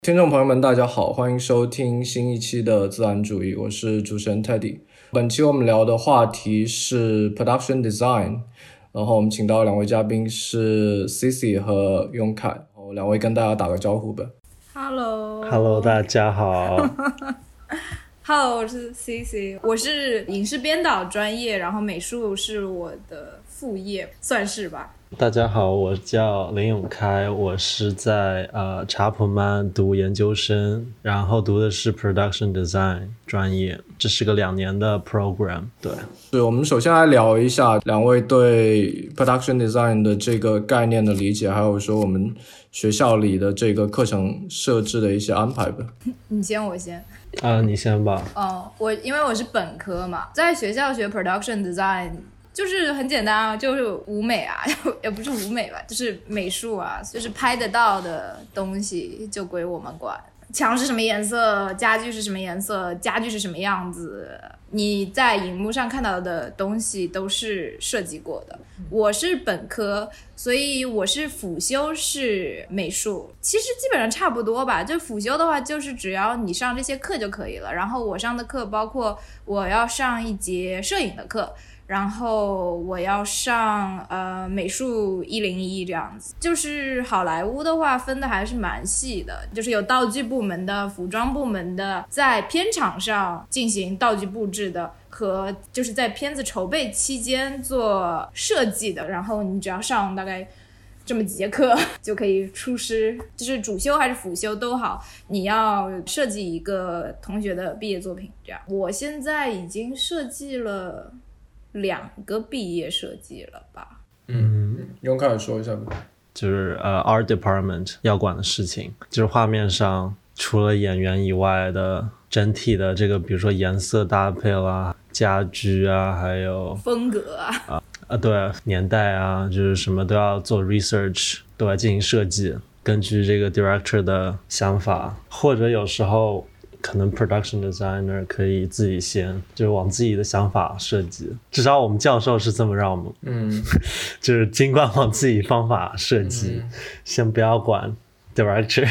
听众朋友们大家好，欢迎收听新一期的自然主义，我是主持人 Teddy。 本期我们聊的话题是 Production Design， 然后我们请到两位嘉宾是 Cici 和雍凯，然后两位跟大家打个招呼吧。 Hello， 大家好。 Hello， 我是 Cici， 我是影视编导专业，然后美术是我的副业，算是吧。 大家好，我叫林永开，我是在查普曼读研究生，然后读的是 Production Design 专业，这是个2年的 program。 对， 是我们首先来聊一下两位对 Production Design 的这个概念的理解，还有说我们学校里的这个课程设置的一些安排吧。 你先我先你先吧。 因为我是本科嘛，在学校学 Production Design就是很简单啊，就是舞美啊，也不是舞美吧，就是美术啊，就是拍得到的东西就归我们管。墙是什么颜色，家具是什么颜色，家具是什么样子，你在荧幕上看到的东西都是设计过的。我是本科，所以我是辅修是美术，其实基本上差不多吧。就辅修的话，就是只要你上这些课就可以了。然后我上的课包括我要上一节摄影的课，然后我要上美术101这样子。就是好莱坞的话分的还是蛮细的，就是有道具部门的、服装部门的，在片场上进行道具布置的，和就是在片子筹备期间做设计的。然后你只要上大概这么几节课就可以出师，就是主修还是辅修都好，你要设计一个同学的毕业作品这样。我现在已经设计了2个毕业设计了吧。 雍凯说一下吧。 就是art department 要管的事情，就是画面上除了演员以外的整体的这个，比如说颜色搭配啦、家居啊，还有风格对，年代啊，就是什么都要做 research， 都要进行设计，根据这个 director 的想法，或者有时候可能 production designer 可以自己先就是往自己的想法设计，至少我们教授是这么让我们就是尽管往自己方法设计，先不要管 director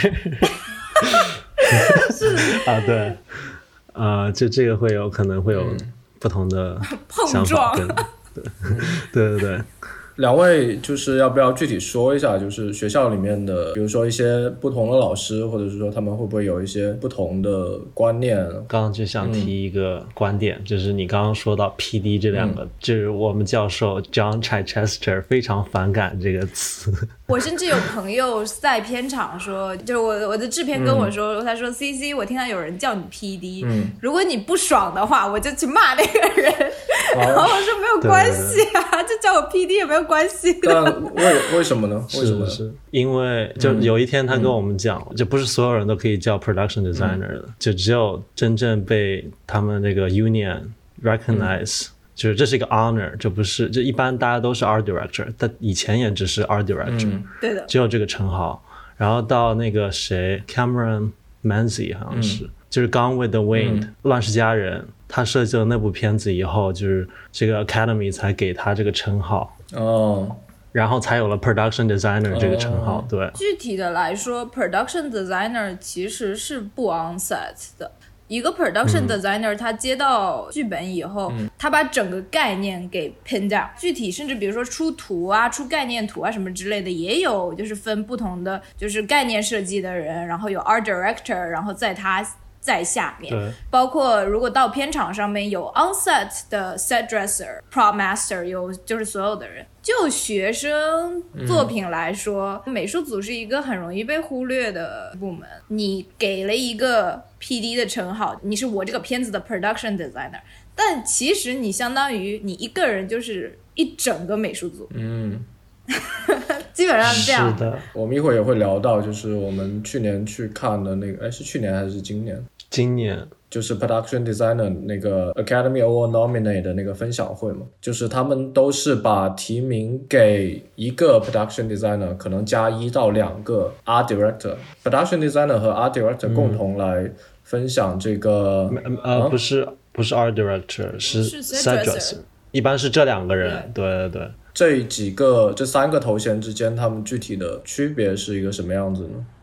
对，就这个可能会有不同的想法跟对， 两位就是要不要具体说一下，就是学校里面的比如说一些不同的老师，或者是说他们会不会有一些不同的观念。 刚刚就想提一个观点，就是你刚刚说到 PD 这2个就是我们教授 John Chichester 非常反感这个词。 我甚至有朋友在片场说，就是我的制片跟我说，他说 CC 我听到有人叫你 PD，如果你不爽的话我就去骂那个人然后我说没有关系啊，就叫我 PD 也没有关系但为什么呢？为什么呢？ 是因为就有一天他跟我们讲，就不是所有人都可以叫 production designer 的，就只有真正被他们那个 union recognize，就是这是一个 honor， 就不是，就一般大家都是 art director， 但以前也只是 art director， 对的， 只有这个称号。然后到那个谁 Cameron Manzi 好像是，就是《Gone with the Wind》乱世佳人，他设计了那部片子以后，就是这个 Academy 才给他这个称号然后才有了 production designer 这个称号。对， 具体的来说 production designer 其实是不 on set 的。一个 production designer 他接到剧本以后，他把整个概念给 pin down， 具体甚至比如说出图啊、出概念图啊什么之类的，也有就是分不同的，就是概念设计的人，然后有 art director， 然后在下面，包括如果到片场上面有 on-set 的 set dresser、prop master， 有就是所有的人。就学生作品来说，美术组是一个很容易被忽略的部门。你给了一个 PD 的称号，你是我这个片子的 production designer， 但其实你相当于你一个人就是一整个美术组。基本上是这样。 是的， 我们一会儿也会聊到，就是我们去年去看的那个，是去年还是今年？ 今年就是 Production Designer 那个 Academy Award Nominate 的那个分享会嘛，就是他们都是把提名给一个 Production Designer， 可能加1到2个 Art Director。Production Designer 和 Art Director 共同来分享这个不是 Art Director， 是 Set Dresser， 一般是这2个人。对， 这3个头衔之间他们具体的区别是一个什么样子呢？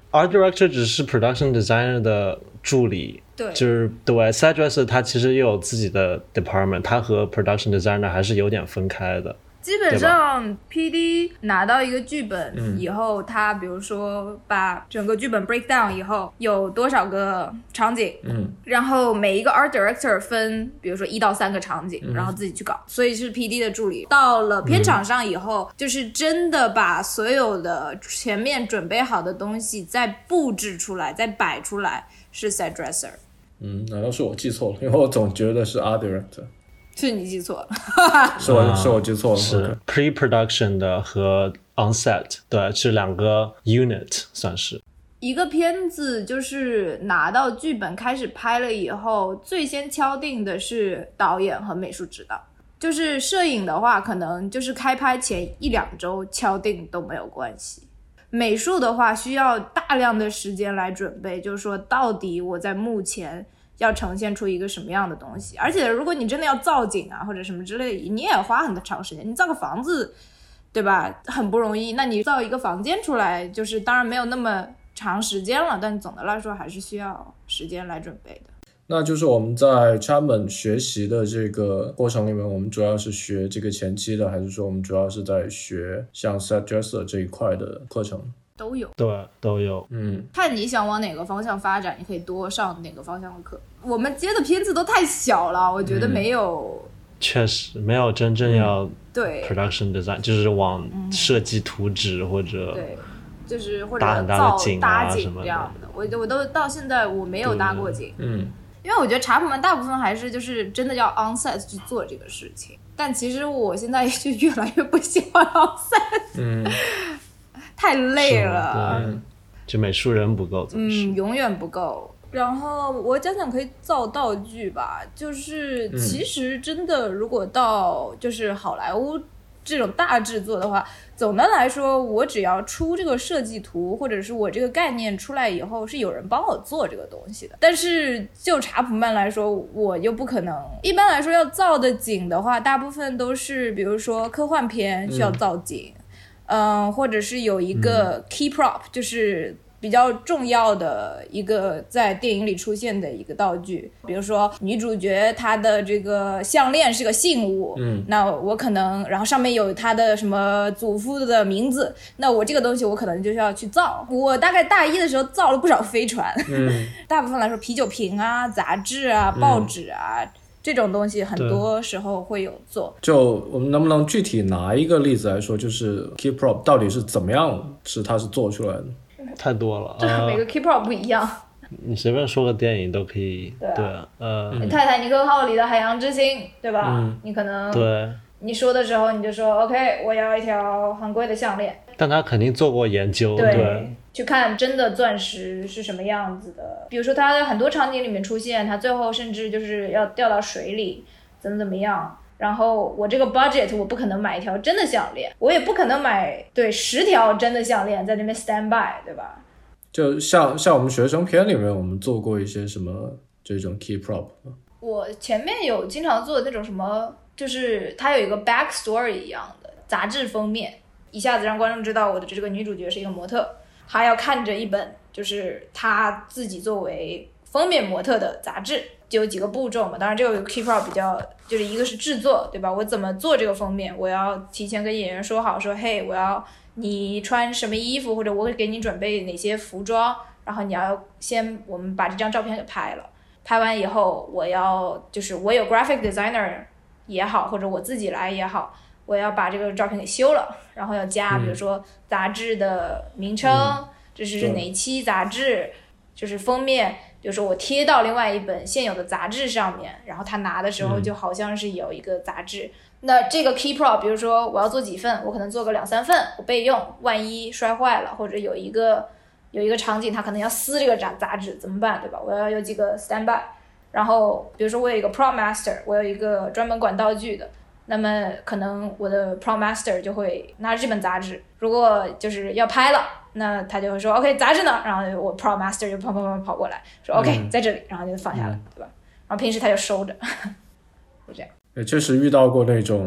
Art Director 只是 Production Designer 的助理， 对， 就是对 Set Dresser 他其实也有自己的 department， 他和 Production Designer 还是有点分开的。 基本上 PD 拿到一个剧本以后，他比如说把整个剧本 break down 以后有多少个场景，然后每一个 art director 分比如说1到3个场景，然后自己去搞，所以是 PD 的助理。到了片场上以后，就是真的把所有的前面准备好的东西再布置出来，再摆出来，是 set dresser。 难道是我记错了？因为我总觉得是 art director。 是你记错了。 是我记错了。 是 pre-production 的和 on-set， 对，是2个 unit 算是。 一个片子就是拿到剧本开始拍了以后，最先敲定的是导演和美术指导。就是摄影的话，可能就是开拍前1-2周敲定都没有关系。美术的话，需要大量的时间来准备，就是说到底我在幕前要呈现出一个什么样的东西。而且如果你真的要造景啊或者什么之类的，你也要花很长时间。你造个房子对吧，很不容易，那你造一个房间出来，就是当然没有那么长时间了，但总的来说还是需要时间来准备的。 那就是我们在 Chapman 学习的这个过程里面，我们主要是学这个前期的，还是说我们主要是在学像 set dresser 这一块的课程？ 都有， 对，都有。 看你想往哪个方向发展，你可以多上哪个方向的课。我们接的片子都太小了，我觉得没有， 确实没有真正要对 production design，就是往设计图纸或者对，就是或者搭很大的景搭景啊什么的这样的。我都到现在我没有搭过景， 因为我觉得查普曼大部分还是就是真的要 on set 去做这个事情。但其实我现在就越来越不喜欢 on set，太累了， 就美术人不够， 永远不够。然后我讲讲可以造道具吧，就是其实真的如果到就是好莱坞这种大制作的话，总的来说我只要出这个设计图或者是我这个概念出来以后，是有人帮我做这个东西的。但是就查普曼来说，我又不可能。一般来说要造的景的话，大部分都是比如说科幻片需要造景，或者是有一个 key prop， 就是比较重要的一个在电影里出现的一个道具。比如说女主角她的这个项链是个信物，那我可能然后上面有她的什么祖父的名字，那我这个东西我可能就要去造。我大概大一的时候造了不少飞船，大部分来说啤酒瓶啊、杂志啊、报纸啊，这种东西很多时候会有做。 就我们能不能具体拿一个例子来说，就是 key prop 到底是怎么样它是做出来的？ 太多了， 每个 key prop 不一样。 你随便说个电影都可以。 泰坦尼克号里的海洋之心，对吧？你可能对你说的时候你就说 OK， 我要一条很贵的项链。 但他肯定做过研究，对， 去看真的钻石是什么样子的。比如说他在很多场景里面出现，他最后甚至就是要掉到水里，怎么样。然后我这个 budget 我不可能买一条真的项链，我也不可能买10条真的项链在那边 stand by， 对吧？ 就像我们学生片里面，我们做过一些什么这种 key prop。 我前面有经常做的那种什么，就是它有一个 back story 一样的杂志封面，一下子让观众知道我的这个女主角是一个模特，她要看着一本就是她自己作为封面模特的杂志。就有几个步骤嘛，当然这个 key prop 比较就是一个是制作，对吧？我怎么做这个封面，我要提前跟演员说好，说嘿，我要你穿什么衣服，或者我会给你准备哪些服装，然后你要先我们把这张照片给拍了，拍完以后我要就是我有 graphic designer 也好，或者我自己来也好，我要把这个照片给修了，然后要加比如说杂志的名称，这是哪一期杂志，就是封面比如说我贴到另外一本现有的杂志上面，然后他拿的时候就好像是有一个杂志，那这个 key prop 比如说我要做几份，我可能做个2-3份我备用，万一摔坏了或者有一个场景他可能要撕这个杂志怎么办，对吧？我要有几个 stand by， 然后比如说我有一个 prop master， 我有一个专门管道具的，那么可能我的 prop master 就会拿着这本杂志，如果就是要拍了，那他就会说 OK 杂志呢，然后我 prop master 就跑过来说 OK 在这里，然后就放下来，对吧？然后平时他就收着就这样。 也确实遇到过那种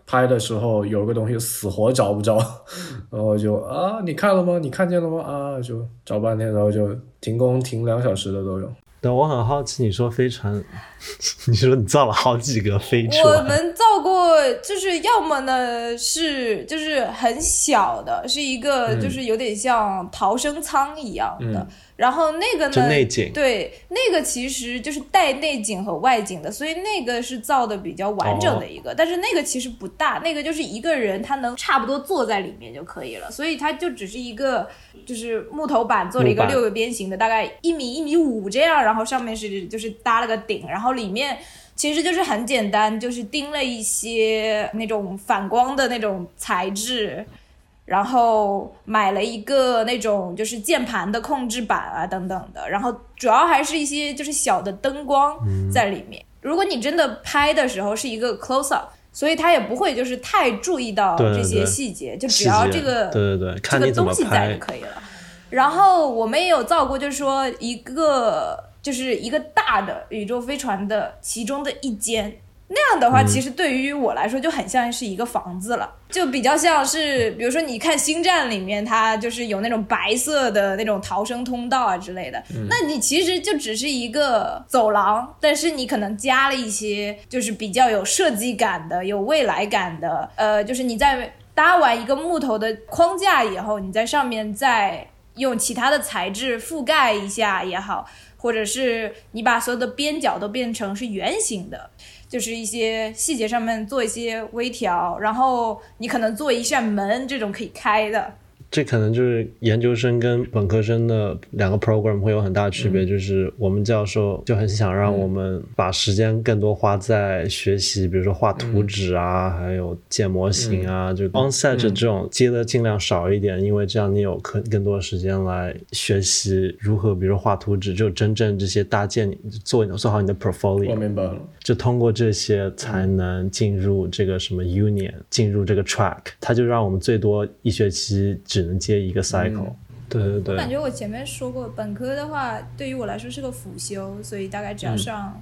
拍的时候有个东西死活找不着，然后就你看了吗？你看见了吗？就找半天，然后就停工停2小时的都有。 但我很好奇，你说飞船，你说你造了好几个飞船， 我们造过，就是要么呢是就是很小的，是一个就是有点像逃生舱一样的。然后那个呢， 就内景， 对，那个其实就是带内景和外景的，所以那个是造的比较完整的一个，但是那个其实不大，那个就是一个人他能差不多坐在里面就可以了，所以它就只是一个就是木头板做了一个6个边形的，大概1米1.5米这样，然后上面是就是搭了个顶，然后里面其实就是很简单，就是钉了一些那种反光的那种材质。然后买了一个那种就是键盘的控制板啊等等的，然后主要还是一些就是小的灯光在里面。如果你真的拍的时候是一个 close up， 所以他也不会就是太注意到这些细节，就只要这个看你怎么拍这个东西在就可以了。然后我们也有造过，就是说就是一个大的宇宙飞船的其中的一间。那样的话其实对于我来说就很像是一个房子了，就比较像是比如说你看星战里面它就是有那种白色的那种逃生通道啊之类的，那你其实就只是一个走廊，但是你可能加了一些就是比较有设计感的有未来感的就是你在搭完一个木头的框架以后，你在上面再用其他的材质覆盖一下也好，或者是你把所有的边角都变成是圆形的，就是一些细节上面做一些微调，然后你可能做一扇门，这种可以开的。 这可能就是研究生跟本科生的2个 program 会有很大的区别，就是我们教授就很想让我们把时间更多花在学习，比如说画图纸啊，还有建模型啊，就 onset 这种接的尽量少一点，因为这样你有更多的时间来学习如何比如说画图纸，就真正这些搭建做好你的 portfolio。 我明白了， 就通过这些才能进入这个什么 union， 进入这个 track， 它就让我们最多一学期只能接一个 cycle。对对对， 我感觉我前面说过，本科的话对于我来说是个辅修，所以大概只要上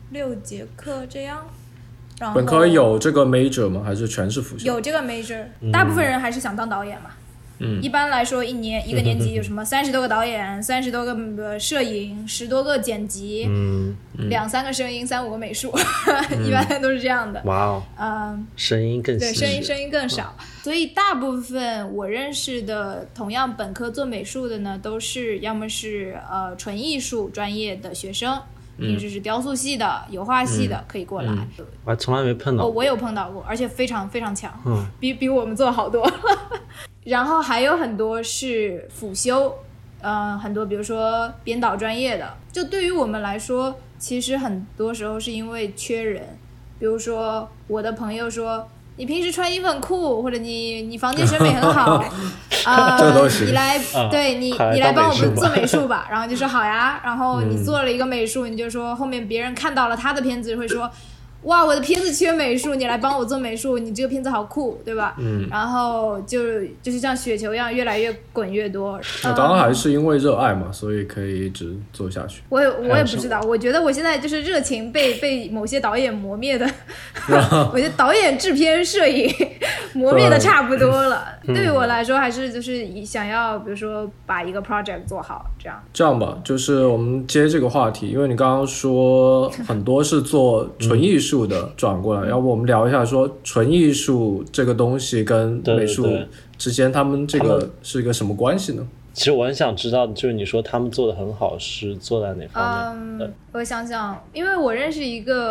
6节课这样。然后本科有这个 major 吗？还是全是辅修？ 有这个 major，大部分人还是想当导演嘛。一般来说一个年级有什么30多个导演，30多个摄影，10多个剪辑，2-3个声音，3-5个美术一般都是这样的。 哇哦，声音更细， 对，声音更少，所以大部分我认识的同样本科做美术的呢，都是要么是纯艺术专业的学生，平时是雕塑系的、油画系的可以过来。 我还从来没碰到过。 我有碰到过，而且非常非常强，比我们做好多然后还有很多是辅修，很多比如说编导专业的，就对于我们来说其实很多时候是因为缺人，比如说我的朋友说你平时穿衣服很酷，或者你房间审美很好这都行， 你来对你来帮我们做美术吧然后就说好呀，然后你做了一个美术，你就说后面别人看到了他的片子会说哇，我的片子缺美术，你来帮我做美术，你这个片子好酷，对吧？然后就是像雪球一样越来越滚越多。 当然还是因为热爱嘛，所以可以一直做下去。 我也不知道，我觉得我现在就是热情被某些导演磨灭的我觉得导演、制片、摄影磨灭的差不多了。对于我来说，还是就是想要比如说把一个 project 做好，这样吧，就是我们接这个话题，因为你刚刚说很多是做纯艺术的转过来，要不我们聊一下说纯艺术这个东西跟美术之间他们这个是一个什么关系呢？ 其实我很想知道，就是你说他们做的很好是做在哪方面？ 我想想，因为我认识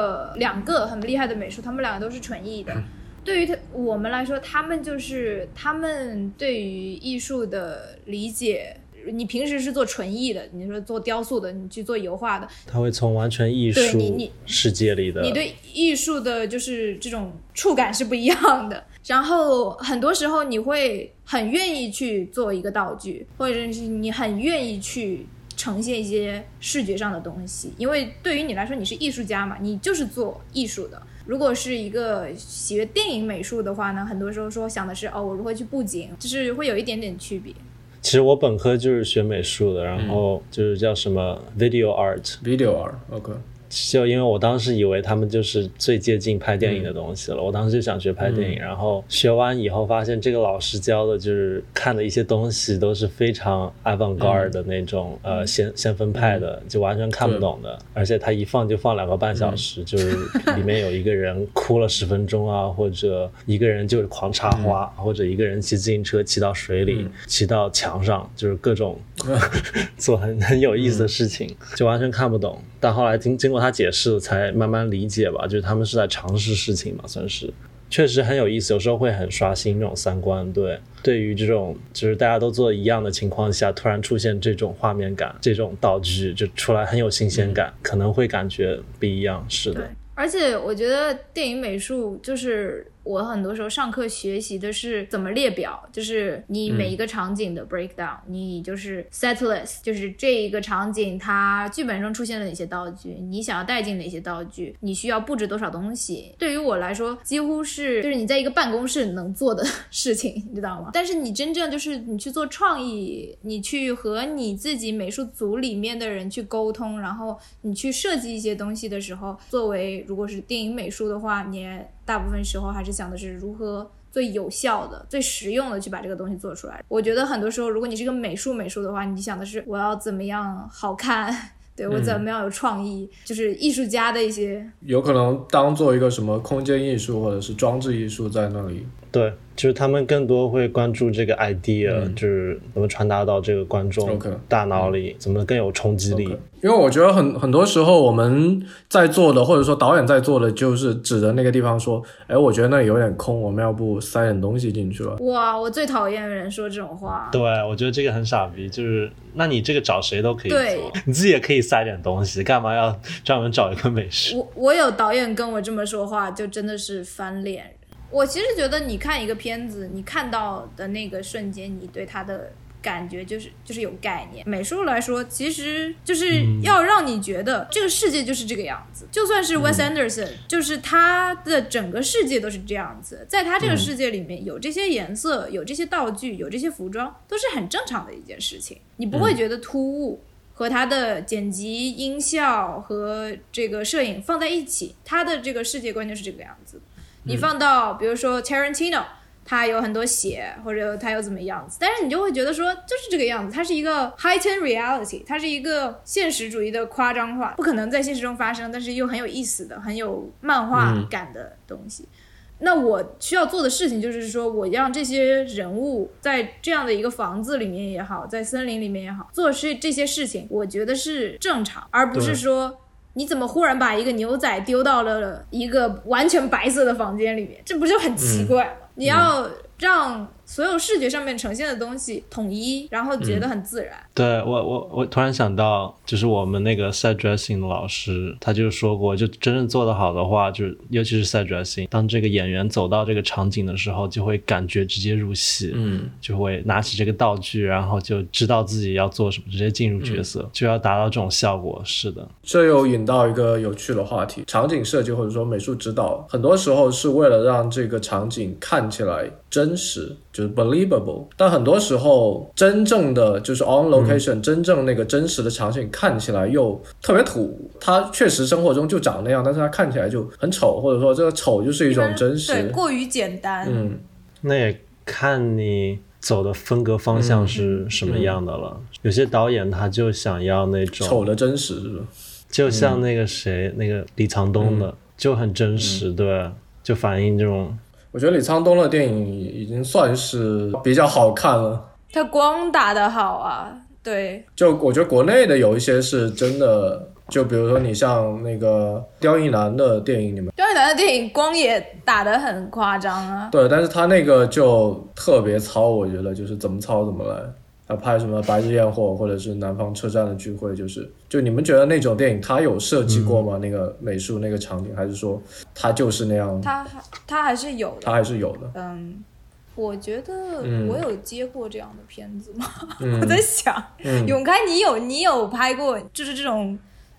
2个很厉害的美术，他们2个都是纯艺的。对于我们来说，他们对于艺术的理解，你平时是做纯艺的，你说做雕塑的，你去做油画的， 他会从完全艺术世界里的， 你对艺术的就是这种触感是不一样的。然后很多时候你会很愿意去做一个道具，或者是你很愿意去呈现一些视觉上的东西，因为对于你来说你是艺术家嘛，你就是做艺术的。如果是一个学电影美术的话呢，很多时候想的是我如何去布景，就是会有一点点区别。 其实我本科就是学美术的，然后就是叫什么 video art OK， 就因为我当时以为他们就是最接近拍电影的东西了，我当时就想学拍电影，然后学完以后发现这个老师教的就是看的一些东西都是非常 avant-garde 的那种先锋派的，就完全看不懂的，而且他一放就放2个半小时，就是里面有一个人哭了10分钟啊，或者一个人就是狂插花，或者一个人骑自行车骑到水里，骑到墙上，就是各种做很有意思的事情，就完全看不懂。但后来经过他解释才慢慢理解吧，就是他们是在尝试事情嘛，算是确实很有意思，有时候会很刷新这种三观。对于这种就是大家都做一样的情况下，突然出现这种画面感，这种道具就出来很有新鲜感，可能会感觉不一样。是的， 而且我觉得电影美术就是我很多时候上课学习的是怎么列表，就是你每一个场景的 breakdown，你就是 set list， 就是这一个场景它剧本中出现了哪些道具，你想要带进哪些道具，你需要布置多少东西。对于我来说几乎是就是你在一个办公室能做的事情，你知道吗？但是你真正就是你去做创意，你去和你自己美术组里面的人去沟通，然后你去设计一些东西的时候，作为如果是电影美术的话，你大部分时候还是想的是如何最有效的最实用的去把这个东西做出来。我觉得很多时候如果你是个美术的话，你想的是我要怎么样好看，对，我怎么样有创意，就是艺术家的一些有可能当做一个什么空间艺术或者是装置艺术在那里。 对，就是他们更多会关注这个 idea，就是怎么传达到这个观众大脑里，怎么更有冲击力。 因为我觉得很多时候我们在做的，或者说导演在做的，就是指着那个地方说，哎，我觉得那里有点空，我们要不塞点东西进去了。 哇，我最讨厌人说这种话。 对，我觉得这个很傻逼，就是那你这个找谁都可以做，你自己也可以塞点东西，干嘛要专门找一个美术？ 我有导演跟我这么说话，就真的是翻脸。我其实觉得你看一个片子，你看到的那个瞬间，你对它的感觉就是有概念。美术来说，其实就是要让你觉得这个世界就是这个样子。就算是 Wes Anderson，就是他的整个世界都是这样子，在他这个世界里面有这些颜色，有这些道具，有这些服装，都是很正常的一件事情，你不会觉得突兀。和他的剪辑、音效和这个摄影放在一起，他的这个世界观就是这个样子。你放到比如说 Tarantino， 他有很多血，或者他有怎么样子，但是你就会觉得说就是这个样子，它是一个 heightened reality， 它是一个现实主义的夸张化，不可能在现实中发生，但是又很有意思的、很有漫画感的东西。那我需要做的事情就是说，我让这些人物在这样的一个房子里面也好，在森林里面也好，做这些事情，我觉得是正常，而不是说你怎么忽然把一个牛仔丢到了一个完全白色的房间里面，这不就很奇怪吗？你要让所有视觉上面呈现的东西统一，然后觉得很自然。 对，我突然想到，就是我们那个 set dressing 的老师，他就说过，就真正做得好的话，就是尤其是 set dressing， 当这个演员走到这个场景的时候，就会感觉直接入戏，就会拿起这个道具，然后就知道自己要做什么，直接进入角色，就要达到这种效果。是的， 这又引到一个有趣的话题，场景设计或者说美术指导，很多时候是为了让这个场景看起来真实，就是 believable， 但很多时候真正的就是 on location，真正那个真实的场景看起来又特别土，它确实生活中就长那样，但是它看起来就很丑，或者说这个丑就是一种真实， 对，过于简单。 那也看你走的风格方向是什么样的了。有些导演他就想要那种丑的真实，是吧？ 就像那个谁，那个李沧东的，就很真实，对，就反映这种。 我觉得李沧东的电影已经算是比较好看了， 他光打得好啊。对， 就我觉得国内的有一些是真的，就比如说你像那个刁亦男的电影里面， 刁亦男的电影光也打得很夸张啊。 对，但是他那个就特别糙，我觉得就是怎么糙怎么来。他拍什么白日焰火或者是南方车站的聚会，就你们觉得那种电影他有设计过吗？那个美术那个场景，还是说他就是那样？ 他还是有的， 他还是有的。 我觉得我有接过这样的片子吗？我在想，永开你有拍过就是这种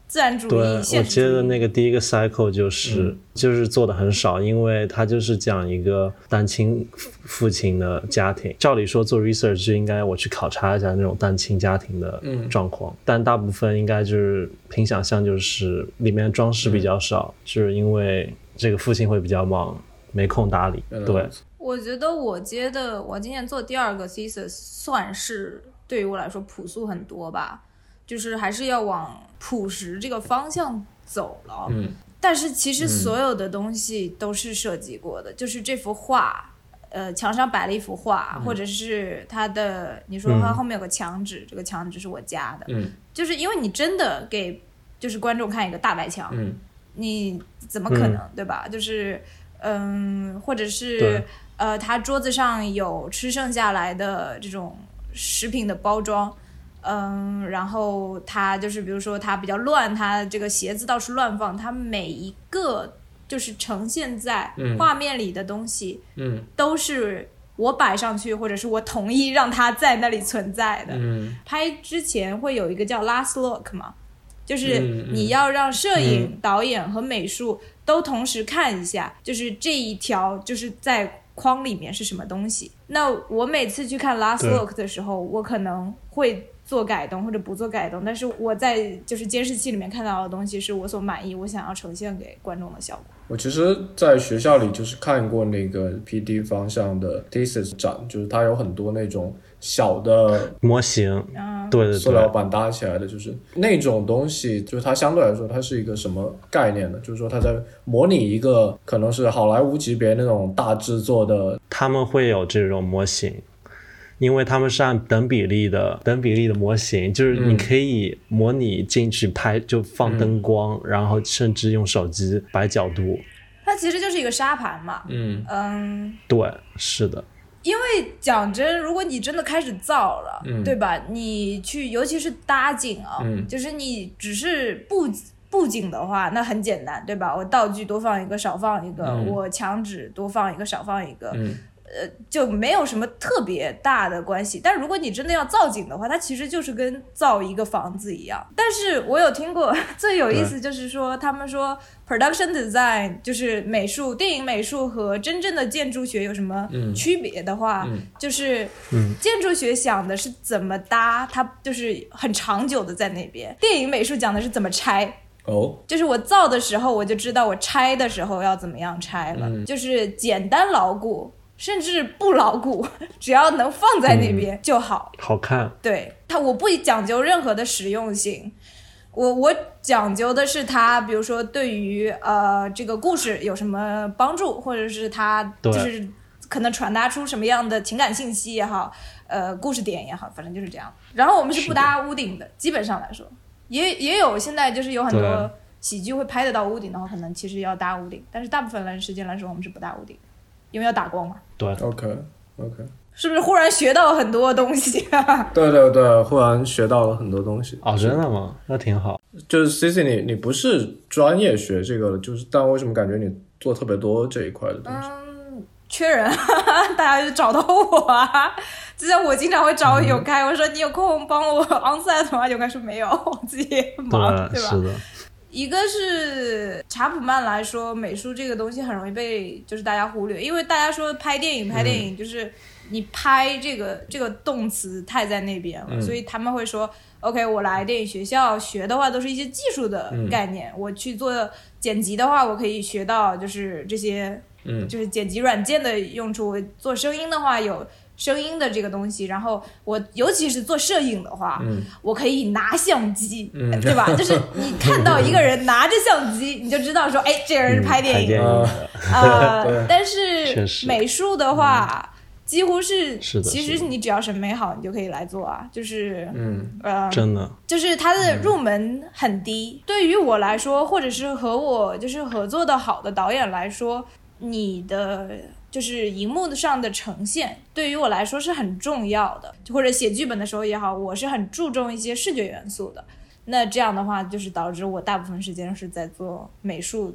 自然主义对，我现实主义。 接的那个第一个 cycle 就是做的很少，因为它就是讲一个单亲父亲的家庭。照理说做 research 就应该我去考察一下那种单亲家庭的状况，但大部分应该就是凭想象，就是里面装饰比较少，就是因为这个父亲会比较忙，没空打理。对， 我觉得我今年做第二个 thesis 算是对于我来说朴素很多吧，就是还是要往朴实这个方向走了。但是其实所有的东西都是设计过的，就是这幅画，墙上摆了一幅画，或者是它的，你说它后面有个墙纸，这个墙纸是我加的，就是因为你真的给就是观众看一个大白墙，你怎么可能，对吧？就是或者是他桌子上有吃剩下来的这种食品的包装。然后他就是比如说他比较乱，他这个鞋子到处乱放，他每一个就是呈现在画面里的东西，都是我摆上去或者是我同意让他在那里存在的。拍之前会有一个叫 last look 嘛，就是你要让摄影、导演和美术都同时看一下，就是这一条就是在框里面是什么东西。那我每次去看 last look 的时候，我可能会做改动或者不做改动，但是我在就是监视器里面看到的东西是我所满意，我想要呈现给观众的效果。 我其实在学校里就是看过那个 PD 方向的 thesis 展，就是它有很多那种小的模型，对， 塑料板搭起来的，就是那种东西，就是它相对来说它是一个什么概念呢？就是说它在模拟一个可能是好莱坞级别那种大制作的， 他们会有这种模型，因为他们是按等比例的模型，就是你可以模拟进去拍，就放灯光，然后甚至用手机摆角度。 它其实就是一个沙盘嘛。 对，是的。 因为讲真，如果你真的开始造了，对吧？你去，尤其是搭景啊，就是你只是布景的话，那很简单，对吧？我道具多放一个，少放一个，我墙纸多放一个，少放一个。就没有什么特别大的关系。但如果你真的要造景的话，它其实就是跟造一个房子一样。但是我有听过最有意思就是说，他们说 production design 就是美术，电影美术和真正的建筑学有什么区别的话，就是建筑学想的是怎么搭，它就是很长久的在那边，电影美术讲的是怎么拆。就是我造的时候我就知道我拆的时候要怎么样拆了，就是简单牢固甚至不牢固，只要能放在那边就好， 好看。 对，我不讲究任何的实用性，我讲究的是它，比如说对于这个故事有什么帮助，或者是它就是可能传达出什么样的情感信息也好，故事点也好，反正就是这样。然后我们是不搭屋顶的，基本上来说，也有现在就是有很多喜剧会拍得到屋顶的话，可能其实要搭屋顶，但是大部分人时间来说，我们是不搭屋顶。因为要打光嘛。 对 ，OK， 是不是忽然学到很多东西啊？ 对对对，忽然学到了很多东西。 哦，真的吗？那挺好。 就是 Cici， 你不是专业学这个的，就是但为什么感觉你做特别多这一块的东西？ 缺人，大家就找到我啊。就像我经常会找有开，我说你有空帮我 onsite 吗？有开说没有，我自己也忙，对吧？ 是的。 一个是查普曼来说，美术这个东西很容易被就是大家忽略，因为大家说拍电影就是你拍这个动词太在那边了，所以他们会说 OK， 我来电影学校学的话都是一些技术的概念，我去做剪辑的话，我可以学到就是这些就是剪辑软件的用处，做声音的话有声音的这个东西，然后我尤其是做摄影的话，我可以拿相机，对吧？就是你看到一个人拿着相机，你就知道说，哎，这个人是拍电影但是美术的话，几乎是其实你只要审美好，你就可以来做啊。就是真的， 就是它的入门很低。对于我来说，或者是和我就是合作的好的导演来说，你的就是荧幕上的呈现对于我来说是很重要的，或者写剧本的时候也好，我是很注重一些视觉元素的。那这样的话就是导致我大部分时间是在做美术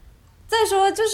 再说就是，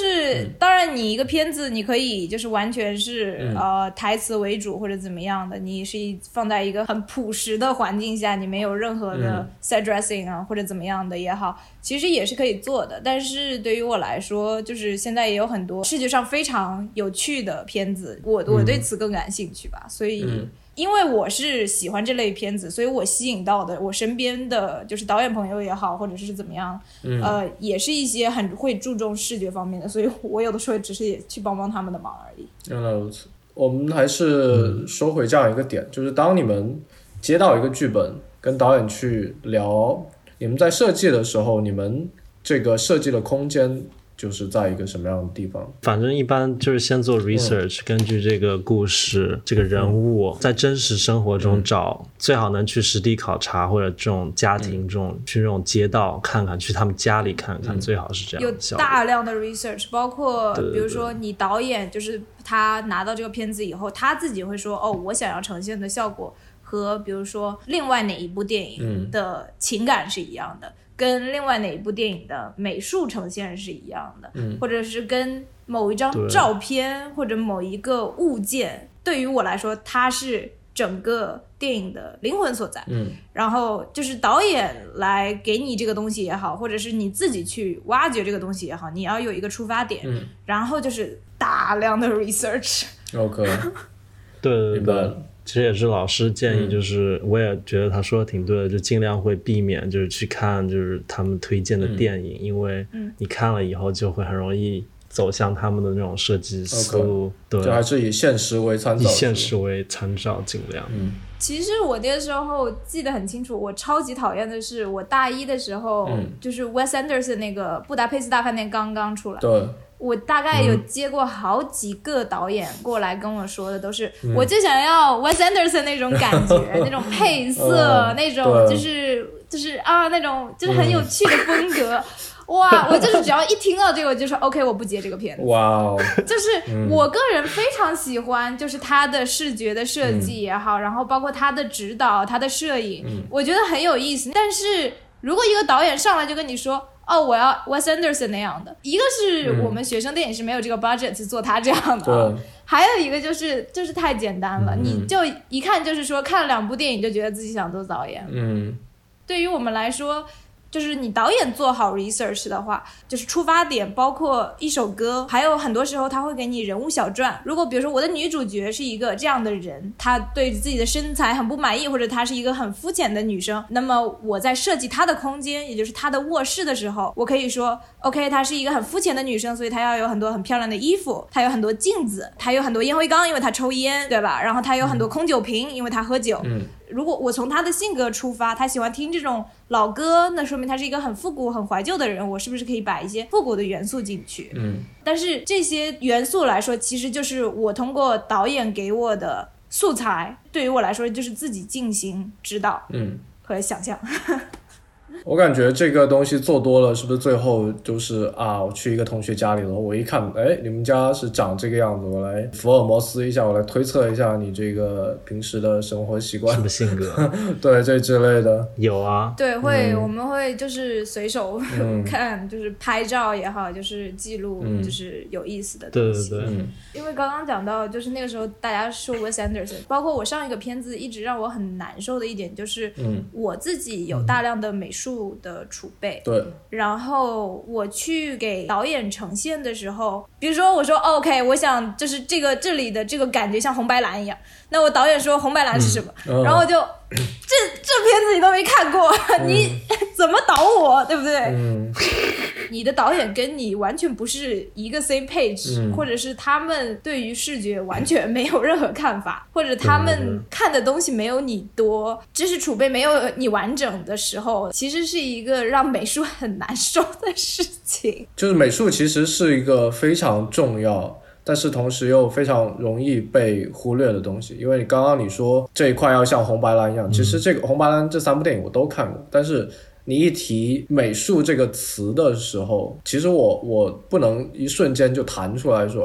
当然你一个片子你可以就是完全是台词为主或者怎么样的，你是放在一个很朴实的环境下，你没有任何的 set dressing 啊或者怎么样的也好，其实也是可以做的。但是对于我来说，就是现在也有很多视觉上非常有趣的片子，我对此更感兴趣吧，所以。因为我是喜欢这类片子，所以我吸引到的我身边的就是导演朋友也好，或者是怎么样，也是一些很会注重视觉方面的，所以我有的时候只是也去帮帮他们的忙而已。 原来如此。我们还是说回这样一个点，就是当你们接到一个剧本，跟导演去聊，你们在设计的时候，你们这个设计的空间就是在一个什么样的地方？ 反正一般就是先做 research，根据这个故事、这个人物，在真实生活中找，最好能去实地考察，或者这种家庭中去那种街道看看，去他们家里看看，最好是这样。 有大量的 research， 包括比如说你导演就是他拿到这个片子以后，他自己会说哦，我想要呈现的效果和比如说另外哪一部电影的情感是一样的。跟另外哪一部电影的美术呈现是一样的，或者是跟某一张照片或者某一个物件，对于我来说它是整个电影的灵魂所在。然后就是导演来给你这个东西也好，或者是你自己去挖掘这个东西也好，你要有一个出发点，然后就是大量的 research。 OK 对对对，其实也是老师建议，就是我也觉得他说的挺对的，就尽量会避免就是去看就是他们推荐的电影，因为你看了以后就会很容易走向他们的那种设计思路。对， 就还是以现实为参照， 以现实为参照尽量。 其实我那个时候记得很清楚，我超级讨厌的是我大一的时候，就是 Wes Anderson 那个布达佩斯大饭店刚刚出来。 对， 我大概有接过好几个导演过来跟我说的都是，我就想要 Wes Anderson 那种感觉，那种配色，那种就是啊，那种就是很有趣的风格。哇，我就是只要一听到这个，我就说 OK， 我不接这个片子。 哇哦， 就是我个人非常喜欢，就是他的视觉的设计也好，然后包括他的指导、他的摄影，我觉得很有意思。但是如果一个导演上来就跟你说，哦，我要 Wes Anderson 那样的，一个是我们学生电影是没有这个 budget 去做他这样的，还有一个就是太简单了，你就一看就是说看了2部电影就觉得自己想做导演。对于我们来说，就是你导演做好 research 的话，就是出发点包括一首歌，还有很多时候他会给你人物小传。如果比如说我的女主角是一个这样的人，她对自己的身材很不满意，或者她是一个很肤浅的女生，那么我在设计她的空间，也就是她的卧室的时候，我可以说 OK， 她是一个很肤浅的女生，所以她要有很多很漂亮的衣服，她有很多镜子，她有很多烟灰缸，因为她抽烟，对吧？然后她有很多空酒瓶，因为她喝酒。如果我从他的性格出发，他喜欢听这种老歌，那说明他是一个很复古很怀旧的人，我是不是可以把一些复古的元素进去？但是这些元素来说，其实就是我通过导演给我的素材，对于我来说就是自己进行指导和想象。 我感觉这个东西做多了，是不是最后就是啊，我去一个同学家里了，我一看，哎，你们家是长这个样子，我来福尔摩斯一下，我来推测一下你这个平时的生活习惯， 什么性格， 对，这之类的。有啊， 对，我们会就是随手看，就是拍照也好，就是记录，就是有意思的东西。 对， 因为刚刚讲到，就是那个时候大家说 Wes Anderson， 包括我上一个片子一直让我很难受的一点就是，我自己有大量的美术的储备， 对， 然后我去给导演呈现的时候，比如说我说 OK， 我想就是这里的这个感觉像红白蓝一样，那我导演说红白蓝是什么，然后我就这片子你都没看过，你怎么导我，对不对？你的导演跟你完全不是一个 same page，或者是他们对于视觉完全没有任何看法，或者他们看的东西没有你多，知识储备没有你完整的时候，其实是一个让美术很难受的事情。 就是美术其实是一个非常重要，但是同时又非常容易被忽略的东西。因为你刚刚你说这一块要像红白蓝一样，其实这个红白蓝这3部电影我都看过，但是你一提美术这个词的时候，其实我不能一瞬间就弹出来说，哎，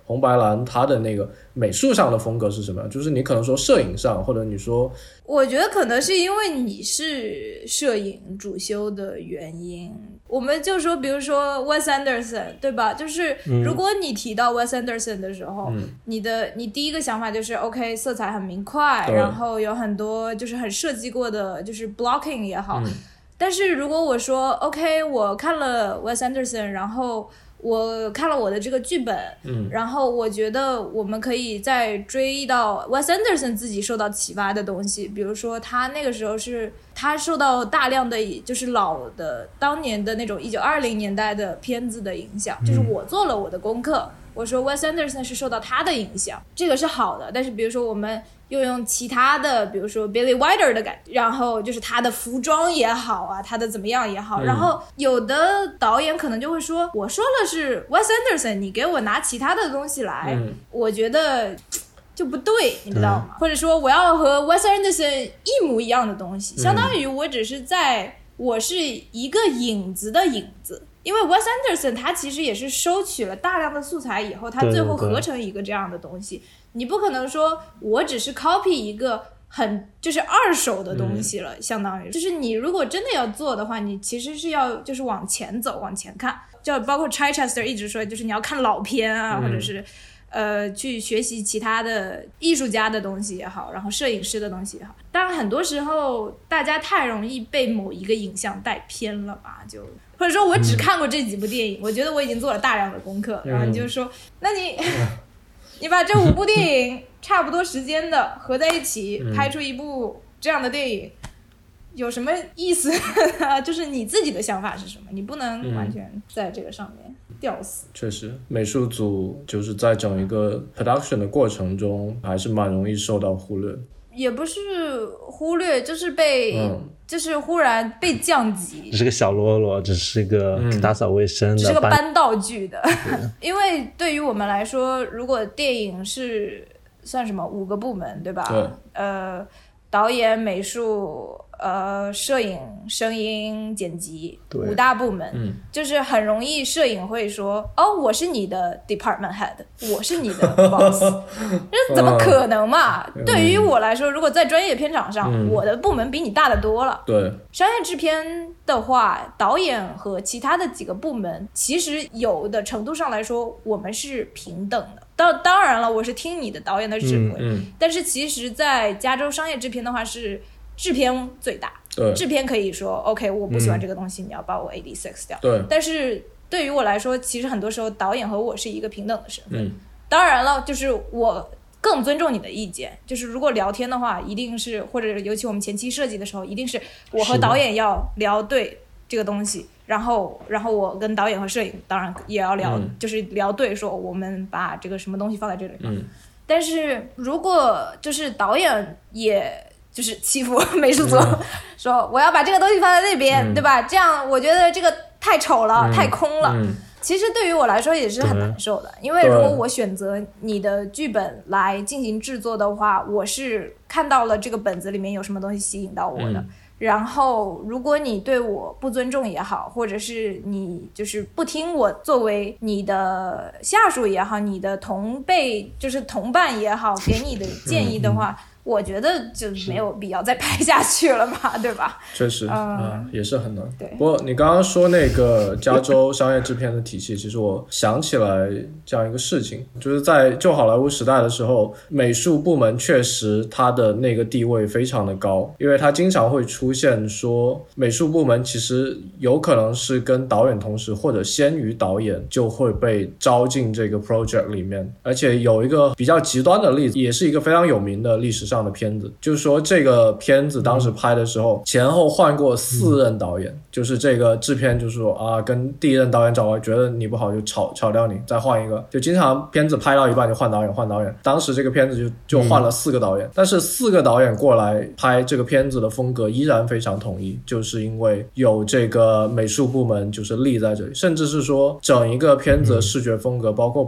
红白蓝它的那个美术上的风格是什么样？就是你可能说摄影上，或者你说， 我觉得可能是因为你是摄影主修的原因。我们就说比如说 Wes Anderson 对吧，就是如果你提到 Wes Anderson 的时候，你第一个想法就是 OK 色彩很明快，然后有很多就是很设计过的就是 blocking 也好，但是如果我说 OK 我看了 Wes Anderson， 然后我看了我的这个剧本，然后我觉得我们可以再追到 Wes Anderson 自己受到启发的东西，比如说他那个时候是他受到大量的就是老的当年的那种1920年代的片子的影响，就是我做了我的功课，我说 Wes Anderson 是受到他的影响，这个是好的。但是比如说我们又用其他的，比如说 Billy Wilder 的感觉，然后就是他的服装也好啊，他的怎么样也好，然后有的导演可能就会说，我说了是 Wes Anderson， 你给我拿其他的东西来，我觉得就不对，你知道吗？或者说我要和 Wes Anderson 一模一样的东西，相当于我只是我是一个影子的影子。因为 Wes Anderson 他其实也是收取了大量的素材以后，他最后合成一个这样的东西。你不可能说我只是 copy 一个就是二手的东西了，相当于就是你如果真的要做的话，你其实是要就是往前走，往前看，就包括 Chichester 一直说，就是你要看老片啊，或者是去学习其他的艺术家的东西也好，然后摄影师的东西也好。当然很多时候大家太容易被某一个影像带偏了吧，就或者说我只看过这几部电影，我觉得我已经做了大量的功课，然后你就说那你把这5部电影差不多时间的合在一起拍出一部这样的电影，有什么意思？就是你自己的想法是什么，你不能完全在这个上面吊死。 确实美术组就是在整一个 production 的过程中还是蛮容易受到忽略， 也不是忽略，就是就是忽然被降级， 只是个小喽啰，只是个打扫卫生的， 只是个搬道具的。因为对于我们来说，如果电影是算什么5个部门对吧？ 对， 导演、美术、摄影、声音、剪辑5大部门，就是很容易摄影会说哦，我是你的 department head， 我是你的 boss， 这怎么可能嘛？对于我来说，如果在专业片场上，我的部门比你大得多了。 对， 商业制片的话，导演和其他的几个部门，其实有的程度上来说，我们是平等的。当然了，我是听你的导演的指挥，但是其实在加州商业制片的话是制片最大，制片可以说 OK 我不喜欢这个东西，你要把我 AD6 掉， 对， 但是对于我来说，其实很多时候导演和我是一个平等的身份，当然了，就是我更尊重你的意见，就是如果聊天的话，一定是或者尤其我们前期设计的时候，一定是我和导演要聊对这个东西，然后我跟导演和摄影当然也要聊，就是聊对，说我们把这个什么东西放在这里，但是如果就是导演也就是欺负美术组，说我要把这个东西放在那边，对吧？这样我觉得这个太丑了，太空了。其实对于我来说也是很难受的，因为如果我选择你的剧本来进行制作的话，我是看到了这个本子里面有什么东西吸引到我的。然后如果你对我不尊重也好，或者是你就是不听我作为你的下属也好，你的同辈就是同伴也好给你的建议的话，我觉得就没有必要再拍下去了嘛，对吧？ 确实，也是很难。 对。 不过你刚刚说那个加州商业制片的体系，其实我想起来这样一个事情，就是在旧好莱坞时代的时候，美术部门确实它的那个地位非常的高，因为它经常会出现说美术部门其实有可能是跟导演同时，或者先于导演就会被招进这个 project 里面。而且有一个比较极端的例子，也是一个非常有名的历史上的片子，就是说这个片子当时拍的时候，前后换过4任导演，就是这个制片就说啊，跟第一任导演找，觉得你不好就炒掉你，再换一个，就经常片子拍到一半就换导演。当时这个片子就换了4个导演，但是4个导演过来拍这个片子的风格依然非常统一，就是因为有这个美术部门就是立在这里，甚至是说整一个片子的视觉风格，包括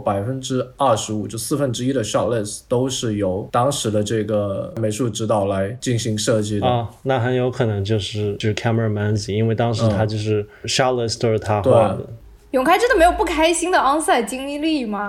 25%就1/4的 shot list 都是由当时的这个美术指导来进行设计的。 那很有可能就是 Cameron Manzi， 因为当时他就是 shot list 都是他画的。 永开真的没有不开心的 onsite 经历吗？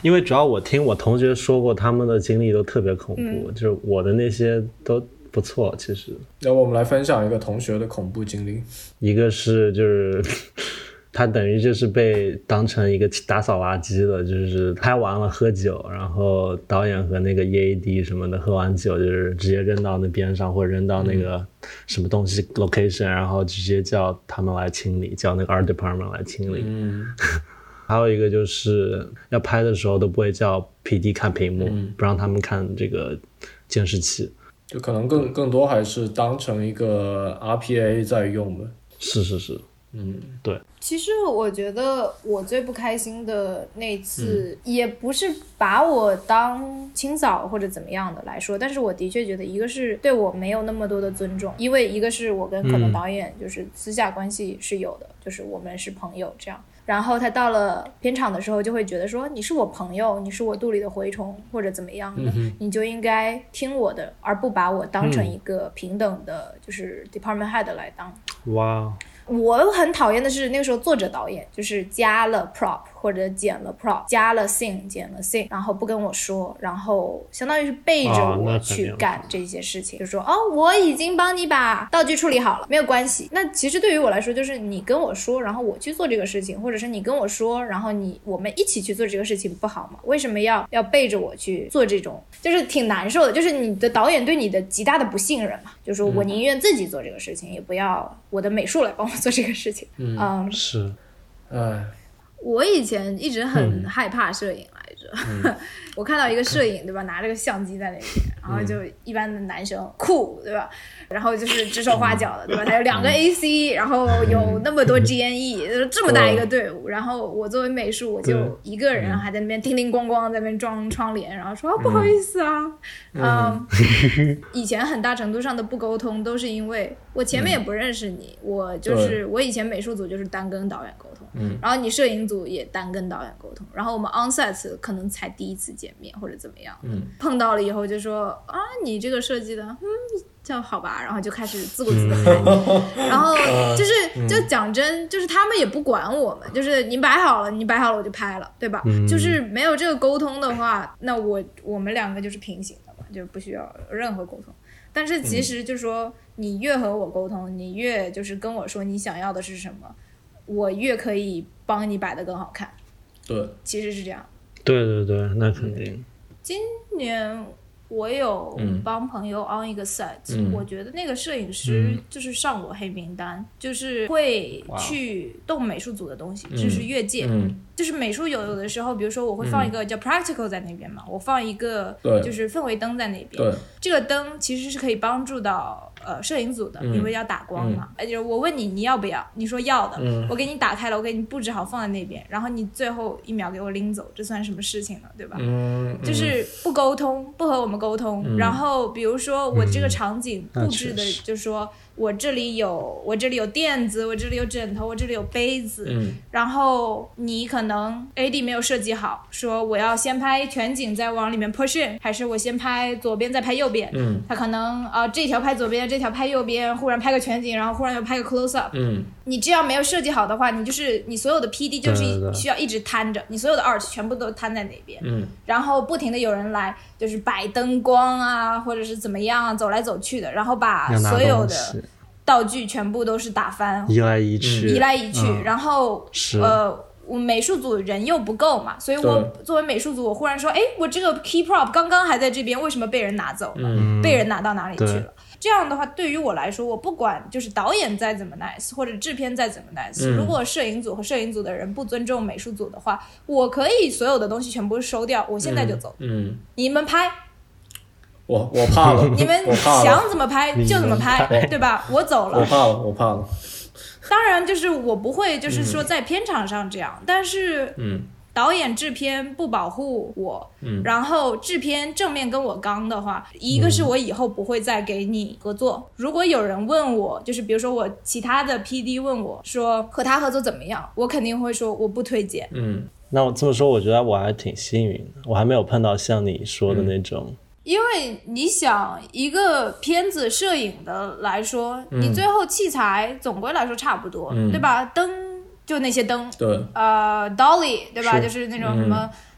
因为主要我听我同学说过他们的经历都特别恐怖，就是我的那些都不错其实。 要不我们来分享一个同学的恐怖经历。 一个是就是他等于就是被当成一个打扫垃圾的，就是拍完了喝酒，然后导演和那个 EAD 什么的喝完酒就是直接扔到那边上，或者扔到那个什么东西 location， 然后直接叫他们来清理，叫那个 art department 来清理。还有一个就是要拍的时候都不会叫 PD 看屏幕，不让他们看这个监视器， 就可能更多还是当成一个 RPA 在用的。 是，对。 其实我觉得我最不开心的那次，也不是把我当清扫或者怎么样的来说，但是我的确觉得一个是对我没有那么多的尊重，因为一个是我跟可能导演就是私下关系是有的，就是我们是朋友这样。然后他到了片场的时候就会觉得说你是我朋友，你是我肚里的蛔虫或者怎么样的，你就应该听我的，而不把我当成一个平等的就是 department head 来当。 哇， 我很讨厌的是那个时候作者导演就是加了 prop 或者减了 prop， 加了 scene 减了 scene， 然后不跟我说，然后相当于是背着我去干这些事情，就说我已经帮你把道具处理好了，没有关系。那其实对于我来说就是你跟我说，然后我去做这个事情，或者是你跟我说，然后我们一起去做这个事情不好吗？为什么要背着我去做这种，就是挺难受的，就是你的导演对你的极大的不信任嘛，就是说我宁愿自己做这个事情，也不要我的美术来帮我做这个事情。 是， 我以前一直很害怕摄影来着，我看到一个摄影对吧，拿着个相机在那边，然后就一般的男生酷对吧，然后就是指手画脚的对吧，他有2个 AC， 然后有那么多 GNE， 这么大一个队伍，然后我作为美术我就一个人还在那边叮叮咣咣在那边装窗帘，然后说不好意思啊，以前很大程度上的不沟通都是因为我前面也不认识你，我以前美术组就是单跟导演沟通，然后你摄影组也单跟导演沟通，然后我们 onset 可能才第一次见面或者怎么样，碰到了以后就说你这个设计的就好吧，然后就开始自顾自的拍然后就讲真，就是他们也不管我们，就是你摆好了我就拍了，对吧？就是没有这个沟通的话，那我们2个就是平行的嘛，就不需要任何沟通。但是其实就是说你越和我沟通，你越就是跟我说你想要的是什么，我越可以帮你摆得更好看。 对， 其实是这样。 对，那肯定。 今年我有帮朋友 on 一个 set，我觉得那个摄影师就是上我黑名单，就是会去动美术组的东西，这是越界。就是美术有的时候，比如说我会放一个叫 practical 在那边嘛，我放一个就是氛围灯在那边，这个灯其实是可以帮助到摄影组的，因为要打光嘛。就是我问你要不要，你说要的，我给你打开了，我给你布置好放在那边，然后你最后1秒给我拎走，这算什么事情呢？对吧？就是不沟通，不和我们沟通。然后比如说我这个场景布置的，就是说我这里有垫子，我这里有枕头，我这里有杯子，然后你可能 AD 没有设计好，说我要先拍全景再往里面 push in， 还是我先拍左边再拍右边，他可能这条拍左边，这条拍右边，忽然拍个全景，然后忽然又拍个 close up，你这样没有设计好的话，你所有的 PD 就是需要一直摊着，你所有的 art 全部都摊在那边，然后不停的有人来就是摆灯光啊，或者是怎么样啊，走来走去的，然后把所有的道具全部都是打翻，移来移去，然后我美术组人又不够嘛，所以我作为美术组，我忽然说，我这个 key prop 刚刚还在这边，为什么被人拿走了？被人拿到哪里去了？这样的话，对于我来说，我不管就是导演再怎么 nice， 或者制片再怎么 nice，如果摄影组和摄影组的人不尊重美术组的话，我可以所有的东西全部收掉，我现在就走，你们拍。 我怕了， 你们想怎么拍就怎么拍，对吧？我走了， 我怕了。 当然，就是我不会，就是说在片场上这样，但是，导演制片不保护我，然后制片正面跟我刚的话，一个是我以后不会再给你合作。如果有人问我，就是比如说我其他的 PD 问我说和他合作怎么样，我肯定会说我不推荐。 那我这么说，我觉得我还挺幸运的，我还没有碰到像你说的那种。 因为你想一个片子摄影的来说，你最后器材总归来说差不多，对吧？灯就那些灯， 对， dolly 对吧？就是那种什么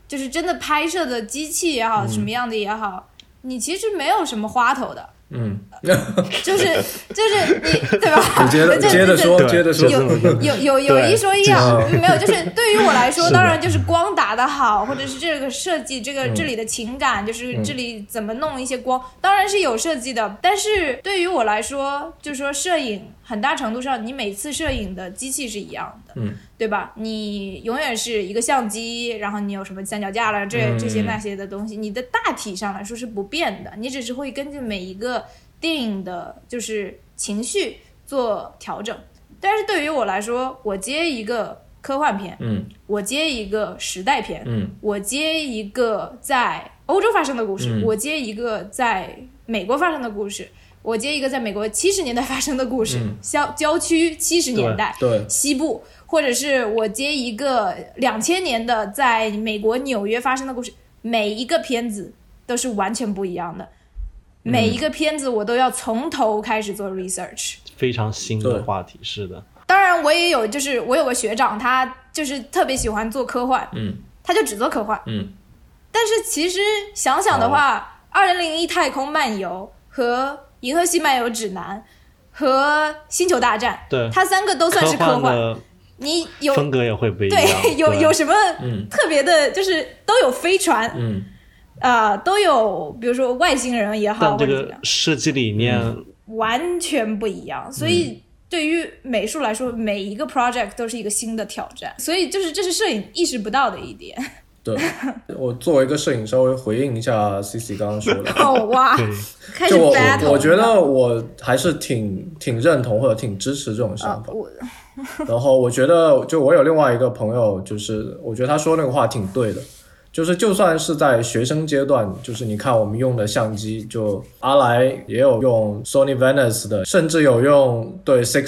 就是真的拍摄的机器也好，什么样的也好，你其实没有什什么花头的。就是你对吧？ 你接着说， 有一说一啊，没有，就是对于我来说，当然就是光打得好，或者是这个设计，这里的情感，就是这里怎么弄一些光，当然是有设计的。但是对于我来说，就是说摄影很大程度上，你每次摄影的机器是一样的，对吧？你永远是一个相机，然后你有什么三脚架了，这些那些的东西，你的大体上来说是不变的，你只是会根据每一个电影的就是情绪做调整。但是对于我来说，我接一个科幻片，我接一个时代片，我接一个在欧洲发生的故事，我接一个在美国发生的故事，我接一个在美国70年代发生的故事，郊区70年代对西部，或者是我接一个2000年的在美国纽约发生的故事，每一个片子都是完全不一样的，每一个片子我都要从头开始做 research， 非常新的话题，是的。 当然我也有，就是我有个学长，他就是特别喜欢做科幻，他就只做科幻，但是其实想想的话，2001太空漫游和银河系漫游指南和星球大战， 对， 它3个都算是科幻，你有风格也会不一样， 对，有什么特别的，就是都有飞船，都有比如说外星人也好， 但这个设计理念完全不一样，所以对于美术来说，每一个 project 都是一个新的挑战，所以就是这是摄影意识不到的一点。 对，我作为一个摄影稍微回应一下 CC 刚刚说的。 哇，开始 battle 我觉得我还是挺认同或者挺支持这种想法。然后我觉得就我有另外一个朋友，就是我觉得他说那个话挺对的。就算是在学生阶段，就是你看我们用的相机，就阿莱也有用 Sony Venice 的，甚至有用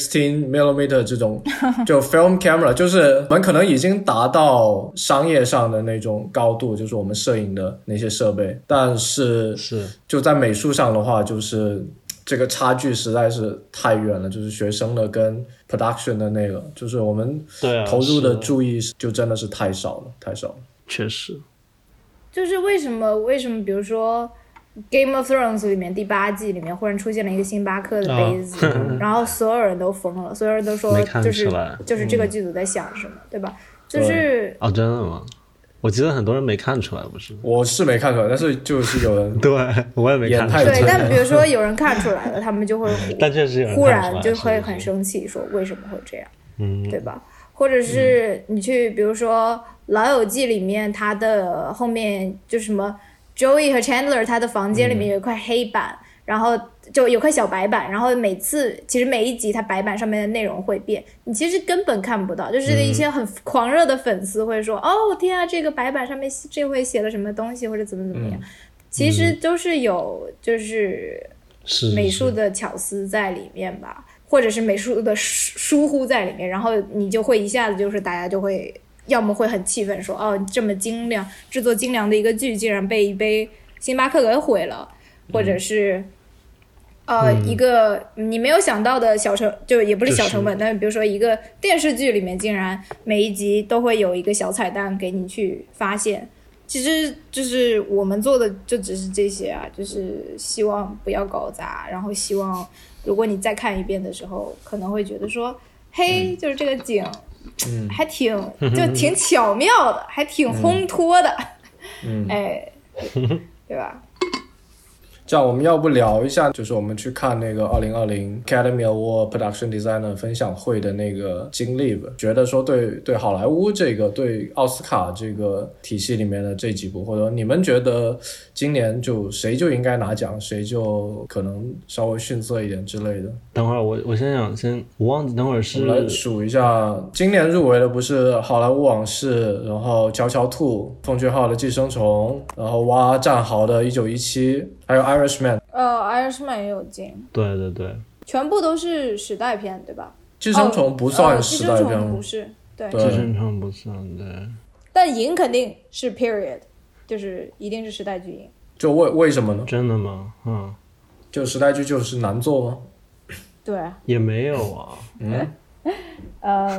16mm 这种就 film camera， 就是我们可能已经达到商业上的那种高度，就是我们摄影的那些设备，但是就在美术上的话，就是这个差距实在是太远了，就是学生的跟 production 的那个，就是我们投入的注意就真的是太少了。 确实。 就是为什么比如说 Game of Thrones 里面第8季里面忽然出现了一个星巴克的杯子，然后所有人都疯了，所有人都说就是这个剧组在想什么，对吧？就是真的吗？我记得很多人没看出来，不是？ 我是没看出来，但是就是有人对我也没看出来。 对，但比如说有人看出来了，他们就会但确实有人忽然就会很生气，说为什么会这样，对吧？或者是你去比如说老友记里面，他的后面就什么 Joey 和 Chandler 他的房间里面有一块黑板，然后就有块小白板，然后其实每一集他白板上面的内容会变，你其实根本看不到，就是一些很狂热的粉丝会说哦天啊，这个白板上面这回写了什么东西或者怎么样，其实都是有就是美术的巧思在里面吧，或者是美术的疏忽在里面，然后你就会一下子就是大家就会要么会很气愤说哦这么制作精良的一个剧竟然被一杯星巴克给毁了，或者是一个你没有想到的就也不是小成本，但是比如说一个电视剧里面竟然每一集都会有一个小彩蛋给你去发现，其实就是我们做的就只是这些啊，就是希望不要搞砸，然后希望如果你再看一遍的时候可能会觉得说嘿就是这个景还挺巧妙的，还挺烘托的，哎，对吧？ 这样我们要不聊一下，就是我们去看那个2020 Academy Award Production Designer 分享会的那个经历吧，觉得说对好莱坞对奥斯卡这个体系里面的这几部，或者你们觉得今年就谁就应该拿奖，谁就可能稍微逊色一点之类的。 等会儿我先我忘记等会儿是我们来数一下，今年入围的不是好莱坞往事，然后乔乔兔、奉俊昊的寄生虫，然后挖战壕的1917，还有Irishman Irishman 也有进， 对， 全部都是时代片，对吧？ 寄生虫不算时代片， 寄生虫不是，对， 寄生虫不算，对。 但赢肯定是 period， 就是一定是时代剧赢。 就为什么呢？ 真的吗？ 就时代剧就是难做吗？ 对， 也没有啊。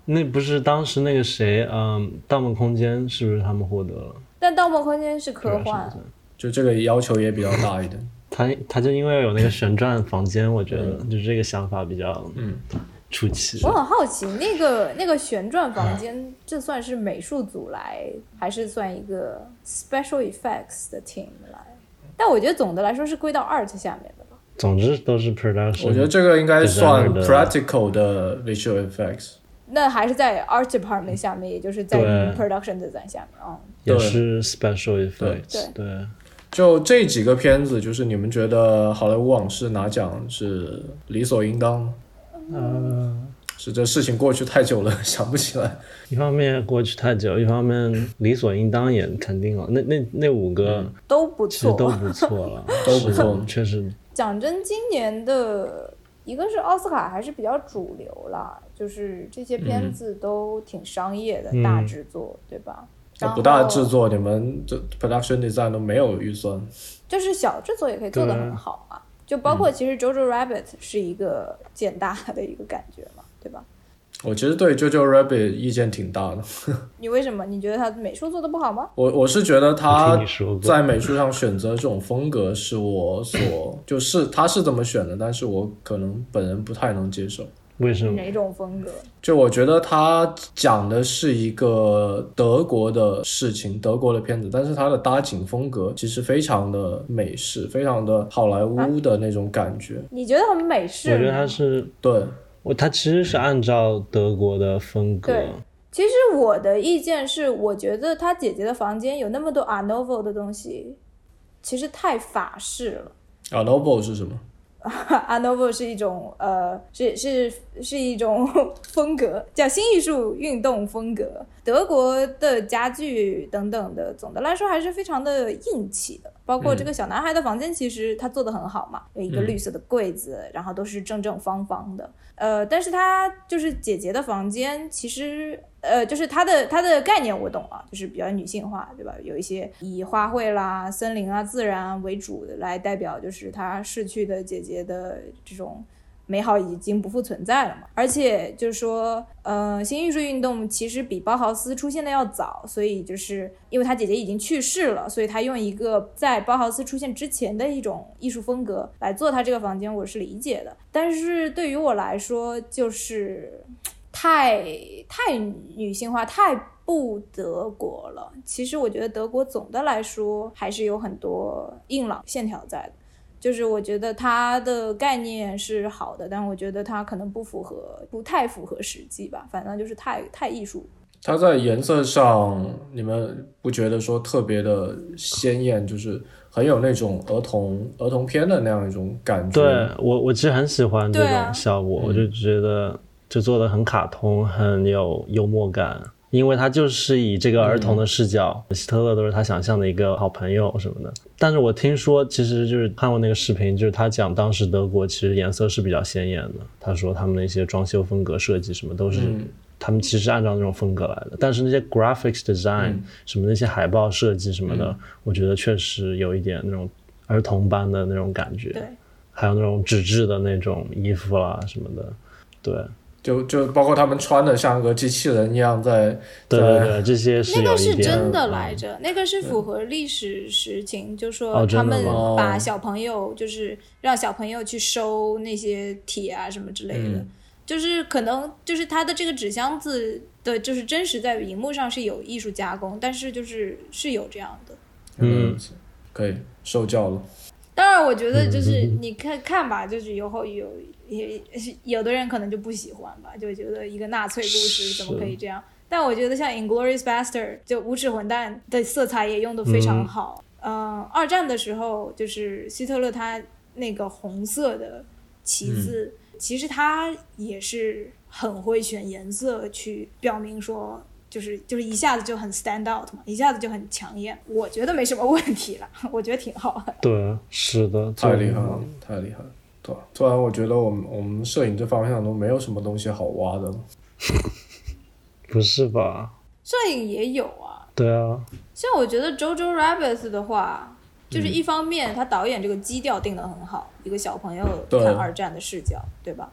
那不是当时那个谁，盗梦空间是不是他们获得了？ 但盗梦空间是科幻， 就这个要求也比较大一点。 他就因为有那个旋转房间，我觉得就是这个想法比较出奇。 我很好奇，那个旋转房间，这算是美术组来，还是算一个 special effects 的 team 来？但我觉得总的来说是归到 art 下面的吧。 总之都是 production。 我觉得这个应该算 practical 的 visual effects。 那还是在 art department 下面，也就是在 production design 下面啊。 也是 special effects。对。 就这几个片子，就是你们觉得好莱坞往事拿奖是理所应当吗？是这事情过去太久了，想不起来。 一方面过去太久，一方面理所应当也肯定了。那5个都不错， 其实都不错了， 都不错， 确实。 讲真，今年的一个是奥斯卡还是比较主流啦，就是这些片子都挺商业的，大制作，对吧？ 不大制作，你们这 production design 都没有预算， 就是小制作也可以做得很好嘛。就包括其实 Jojo Rabbit 是一个见大的一个感觉嘛，对吧？ 我其实对 Jojo Rabbit 意见挺大的。 你为什么？你觉得他美术做得不好吗？ 我是觉得他在美术上选择这种风格是我就是他是这么选的，但是我可能本人不太能接受。 为什么？ 哪种风格？ 就我觉得他讲的是一个德国的事情，德国的片子，但是他的搭景风格其实非常的美式，非常的好莱坞的那种感觉。 你觉得很美式？ 我觉得他是对， 他其实是按照德国的风格。 对，其实我的意见是，我觉得他姐姐的房间有那么多 Art Nouveau 的东西，其实太法式了。 Art Nouveau 是什么 ？Art Nouveau 是一种是一种风格，叫新艺术运动风格。德国的家具等等的，总的来说还是非常的硬气的。包括这个小男孩的房间，其实他做得很好嘛，有一个绿色的柜子，然后都是正正方方的。但是他就是姐姐的房间，其实就是他的概念我懂啊，就是比较女性化，对吧？有一些以花卉啦、森林啊、自然为主的来代表，就是他逝去的姐姐的这种美好已经不复存在了嘛。而且就是说新艺术运动其实比包豪斯出现的要早，所以就是因为他姐姐已经去世了，所以他用一个在包豪斯出现之前的一种艺术风格来做他这个房间，我是理解的。但是对于我来说，就是太女性化，太不德国了。其实我觉得德国总的来说还是有很多硬朗线条在的，就是我觉得它的概念是好的，但我觉得它可能不太符合实际吧，反正就是太艺术。 它在颜色上你们不觉得说特别的鲜艳，就是很有那种儿童片的那样一种感觉？ 对，我其实很喜欢这种效果，我就觉得就做的很卡通，很有幽默感，因为他就是以这个儿童的视角，希特勒都是他想象的一个好朋友什么的。但是我听说其实就是看过那个视频，就是他讲当时德国其实颜色是比较鲜艳的，他说他们那些装修风格设计什么都是他们其实按照那种风格来的，但是那些 graphics design 什么那些海报设计什么的，我觉得确实有一点那种儿童般的那种感觉。 对， 还有那种纸质的那种衣服啦什么的。对， 就包括他们穿的像个机器人一样在对，这些是有一点， 那个是真的来着，那个是符合历史实情，就说他们把小朋友就是让小朋友去收那些铁啊什么之类的，就是可能就是他的这个纸箱子的就是真实在荧幕上是有艺术加工，但是是有这样的。 可以受教了。 当然我觉得就是你看吧，就是有的人可能就不喜欢吧，就觉得一个纳粹故事怎么可以这样。但我觉得像 Inglourious Bastard 就无耻混蛋的色彩也用得非常好。二战的时候就是希特勒他那个红色的旗帜，其实他也是很会选颜色去表明说就是一下子就很 stand out 嘛，一下子就很抢眼，我觉得没什么问题了，我觉得挺好的。 对，是的， 太厉害了，太厉害了。对，突然我觉得我们摄影这方向都没有什么东西好挖的。 不是吧？ 摄影也有啊。 对啊。 像我觉得 Jojo Rabbit 的话，就是一方面他导演这个基调定得很好，一个小朋友看二战的视角，对吧？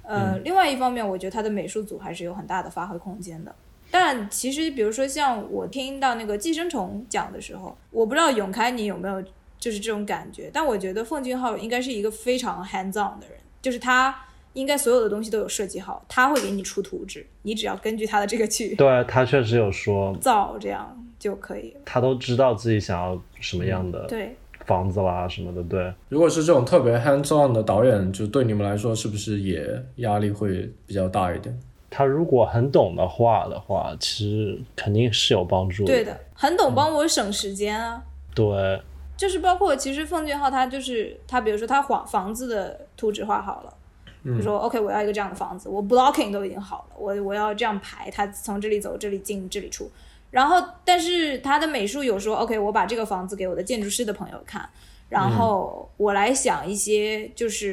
另外一方面我觉得他的美术组还是有很大的发挥空间的。但其实比如说像我听到那个寄生虫讲的时候，我不知道永开你有没有就是这种感觉，但我觉得奉俊昊应该是一个非常 hands on 的人，就是他应该所有的东西都有设计好，他会给你出图纸，你只要根据他的这个去对，他确实有说造，这样就可以了。 他都知道自己想要什么样的对房子啦什么的。对， 如果是这种特别 hands on 的导演，就对你们来说是不是也压力会比较大一点？ 他如果很懂的话，其实肯定是有帮助的。 对的，很懂帮我省时间啊。 对， 就是包括其实奉俊昊他就是他比如说他房子的图纸画好了，就说 OK 我要一个这样的房子，我 blocking 都已经好了，我要这样排，他从这里走这里进这里出，然后但是他的美术有说 OK 我把这个房子给我的建筑师的朋友看，然后我来想一些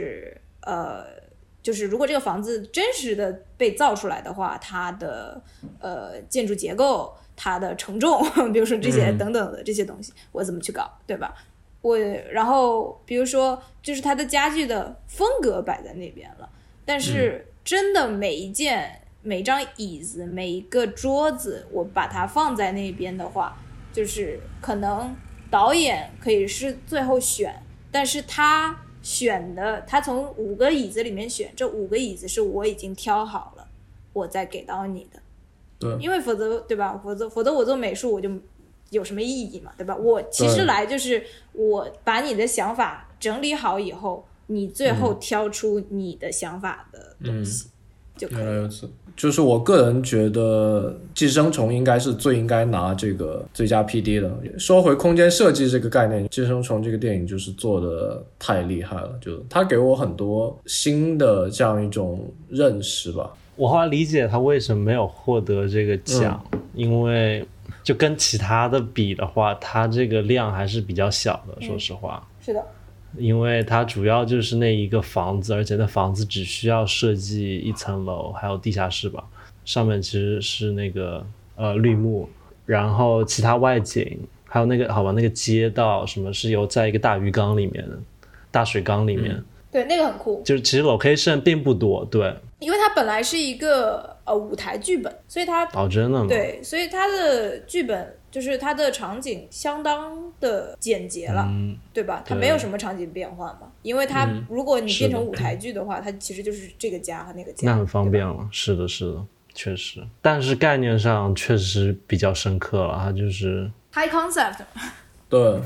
就是如果这个房子真实的被造出来的话，它的建筑结构，它的承重，比如说这些等等的这些东西，我怎么去搞，对吧？然后比如说就是它的家具的风格摆在那边了，但是真的每一张椅子每一个桌子我把它放在那边的话，就是可能导演可以是最后选，但是他从5个椅子里面选，这5个椅子是我已经挑好了我再给到你的。 对， 因为否则对吧，否则我做美术我就有什么意义嘛，对吧？我其实来就是我把你的想法整理好以后，你最后挑出你的想法的东西就可以了。 就是我个人觉得寄生虫应该是最应该拿这个最佳 PD 的。说回空间设计这个概念，寄生虫这个电影就是做的太厉害了，就它给我很多新的这样一种认识吧。 我后来理解他为什么没有获得这个奖，因为就跟其他的比的话，他这个量还是比较小的，说实话。 是的， 因为它主要就是那一个房子，而且那房子只需要设计1层楼还有地下室吧，上面其实是那个绿幕，然后其他外景还有那个好吧，那个街道什么是由在一个大鱼缸里面大水缸里面， 对，那个很酷， 就是其实 location 并不多。对， 因为它本来是一个舞台剧本，所以它真的吗？ 对，所以它的剧本就是它的场景相当的简洁了，对吧？它没有什么场景变换嘛，因为它如果你变成舞台剧的话，它其实就是这个家和那个家， 那很方便了。是的，是的，确实，但是概念上确实比较深刻了，它就是 high concept。 对，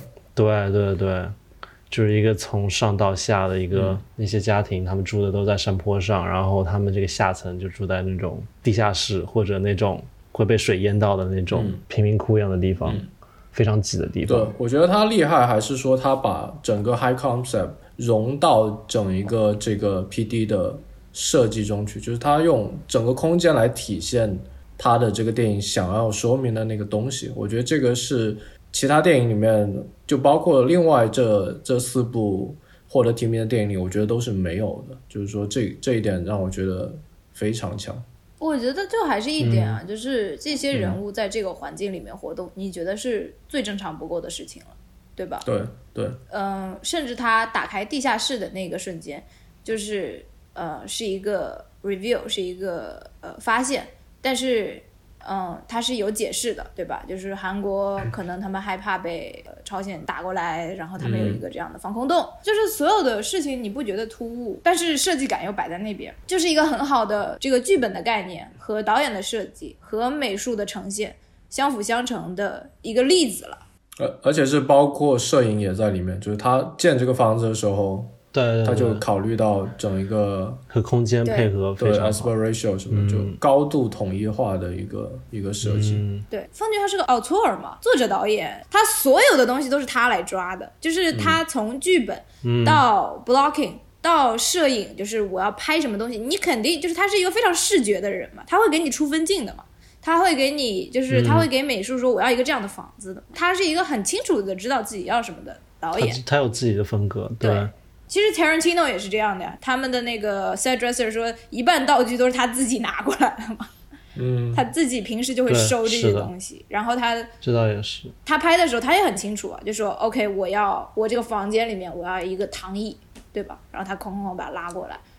就是一个从上到下的一个那些家庭，他们住的都在山坡上，然后他们这个下层就住在那种地下室或者那种会被水淹到的那种贫民窟一样的地方，非常挤的地方。 对，我觉得他厉害还是说他把整个 high concept 融到整一个这个 PD 的设计中去，就是他用整个空间来体现他的这个电影想要说明的那个东西。我觉得这个是其他电影里面，就包括另外这4部获得提名的电影里，我觉得都是没有的。就是说这一点让我觉得非常强。 我觉得就还是一点啊，就是这些人物在这个环境里面活动，你觉得是最正常不过的事情了，对吧？ 对对， 甚至他打开地下室的那个瞬间，就是是一个 review， 是一个发现，但是它是有解释的，对吧？就是韩国可能他们害怕被朝鲜打过来，然后他们有一个这样的防空洞，就是所有的事情你不觉得突兀，但是设计感又摆在那边，就是一个很好的这个剧本的概念和导演的设计和美术的呈现相辅相成的一个例子了。 而且是包括摄影也在里面，就是他建这个房子的时候， 对， 他就考虑到整一个和空间配合非常好， aspect ratio 什么，就高度统一化的一个设计。 对，奉俊昊是个 auteur 嘛，作者导演，他所有的东西都是他来抓的，就是他从剧本到 blocking 到摄影，就是我要拍什么东西，你肯定就是他是一个非常视觉的人嘛，他会给你出分镜的嘛，他会给你就是他会给美术说我要一个这样的房子的，他是一个很清楚的知道自己要什么的导演， 他有自己的风格。对， 其实 Tarantino 也是这样的呀，他们的那个 set dresser 说一半道具都是他自己拿过来的嘛，他自己平时就会收这些东西，然后这倒也是， 他拍的时候他也很清楚啊，就说 OK 我这个房间里面我要一个躺椅，对吧？然后他空空把它拉过来，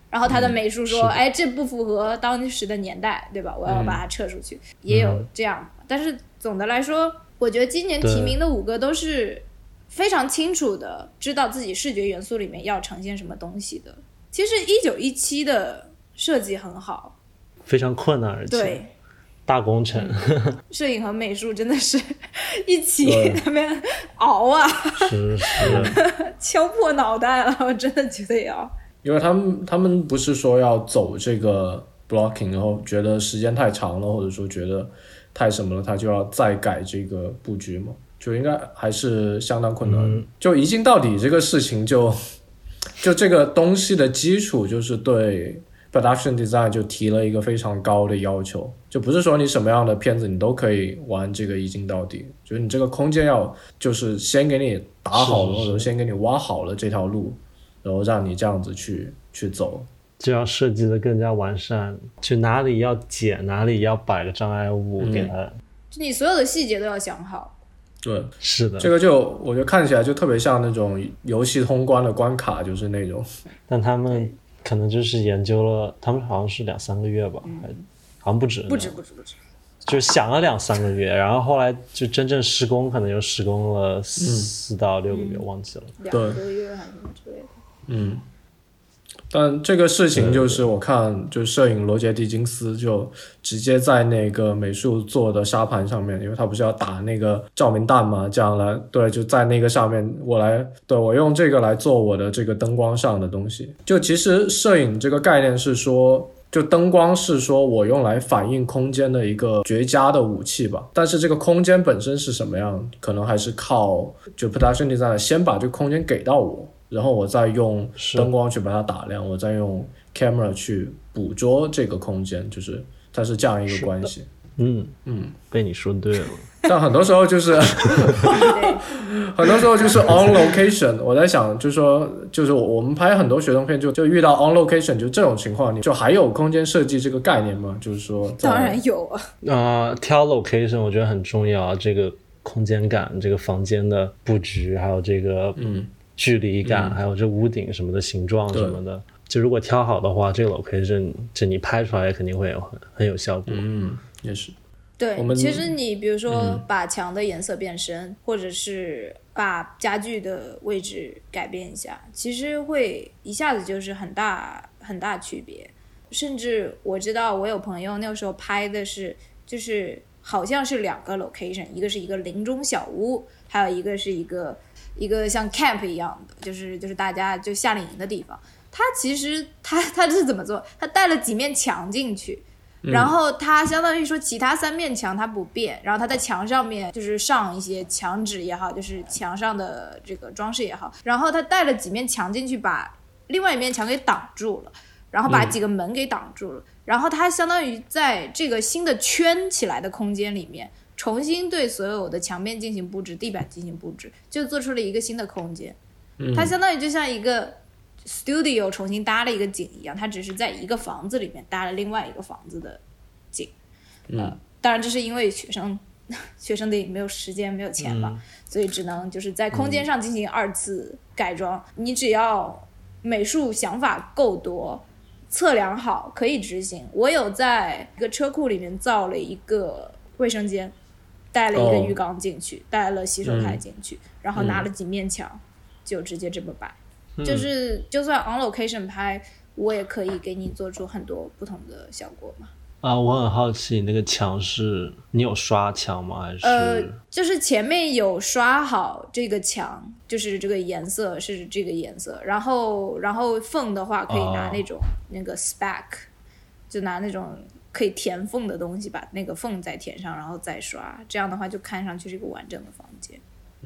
然后他的美术说，哎，这不符合当时的年代，对吧？我要把它撤出去，也有这样。但是总的来说，我觉得今年提名的5个都是非常清楚的知道自己视觉元素里面要呈现什么东西的。其实1917的设计很好， 非常困难，而且对大工程， 摄影和美术真的是一起那边熬啊， 是敲破脑袋了，我真的觉得要。 因为他们不是说要走这个 blocking， 然后觉得时间太长了，或者说觉得太什么了，他就要再改这个布局嘛，就应该还是相当困难。就一镜到底这个事情就这个东西的基础就是对 production design 就提了一个非常高的要求，就不是说你什么样的片子你都可以玩这个一镜到底，就是你这个空间要就是先给你打好了，或者先给你挖好了这条路，然后让你这样子去走， 就要设计的更加完善，就哪里要剪，哪里要摆个障碍物给它， 就你所有的细节都要想好。 对， 是的， 这个就我觉得看起来就特别像那种游戏通关的关卡，就是那种。 但他们可能就是研究了，他们好像是2-3个月吧，好像不止，就是想了2-3个月，然后后来就真正施工可能又施工了4到6个月，忘记了 ，2个月还是什么之类的。 但这个事情就是我看就摄影罗杰·狄金斯就直接在那个美术做的沙盘上面，因为他不是要打那个照明弹嘛，这样来对，就在那个上面我用这个来做我的这个灯光上的东西。就其实摄影这个概念是说，就灯光是说我用来反映空间的一个绝佳的武器吧，但是这个空间本身是什么样，可能还是靠就 production designer 先把这个空间给到我，然后我再用灯光去把它打亮，我再用 camera 去捕捉这个空间，就是它是这样一个关系。 被你说对了。 但很多时候就是很多时候就是 on location， 我在想就是说就是我们拍很多学生片就遇到 on location 就这种情况，你就还有空间设计这个概念吗？就是说当然有啊。 挑 location 我觉得很重要，这个空间感，这个房间的布局，还有这个距离感，还有这屋顶什么的形状什么的，就如果挑好的话，这个 location 就你拍出来肯定会很有效果。 也是。 对，其实你比如说把墙的颜色变深，或者是把家具的位置改变一下，其实会一下子就是很大很大区别。甚至我知道我有朋友那个时候拍的是就是好像是2个 location， 一个是一个林中小屋，还有一个是一个像 camp 一样的，就是大家就夏令营的地方。他其实他是怎么做？他带了几面墙进去，然后他相当于说其他3面墙他不变，然后他在墙上面就是上一些墙纸也好，就是墙上的这个装饰也好，然后他带了几面墙进去，把另外一面墙给挡住了，然后把几个门给挡住了，然后他相当于在这个新的圈起来的空间里面重新对所有的墙面进行布置，地板进行布置，就做出了一个新的空间。它相当于就像一个 studio 重新搭了一个景一样，它只是在一个房子里面搭了另外一个房子的景。当然这是因为学生得没有时间没有钱嘛，所以只能就是在空间上进行2次改装。你只要美术想法够多，测量好，可以执行。我有在一个车库里面造了一个卫生间，带了一个浴缸进去，带了洗手台进去，然后拿了几面墙，就直接这么摆。就是就算 on location 拍，我也可以给你做出很多不同的效果嘛。 我很好奇，你那个墙是你有刷墙吗？还是就是前面有刷好这个墙，就是这个颜色是这个颜色，然后缝的话可以拿那种那个 spack，就拿那种可以填缝的东西把那个缝再填上，然后再刷，这样的话就看上去是一个完整的房间。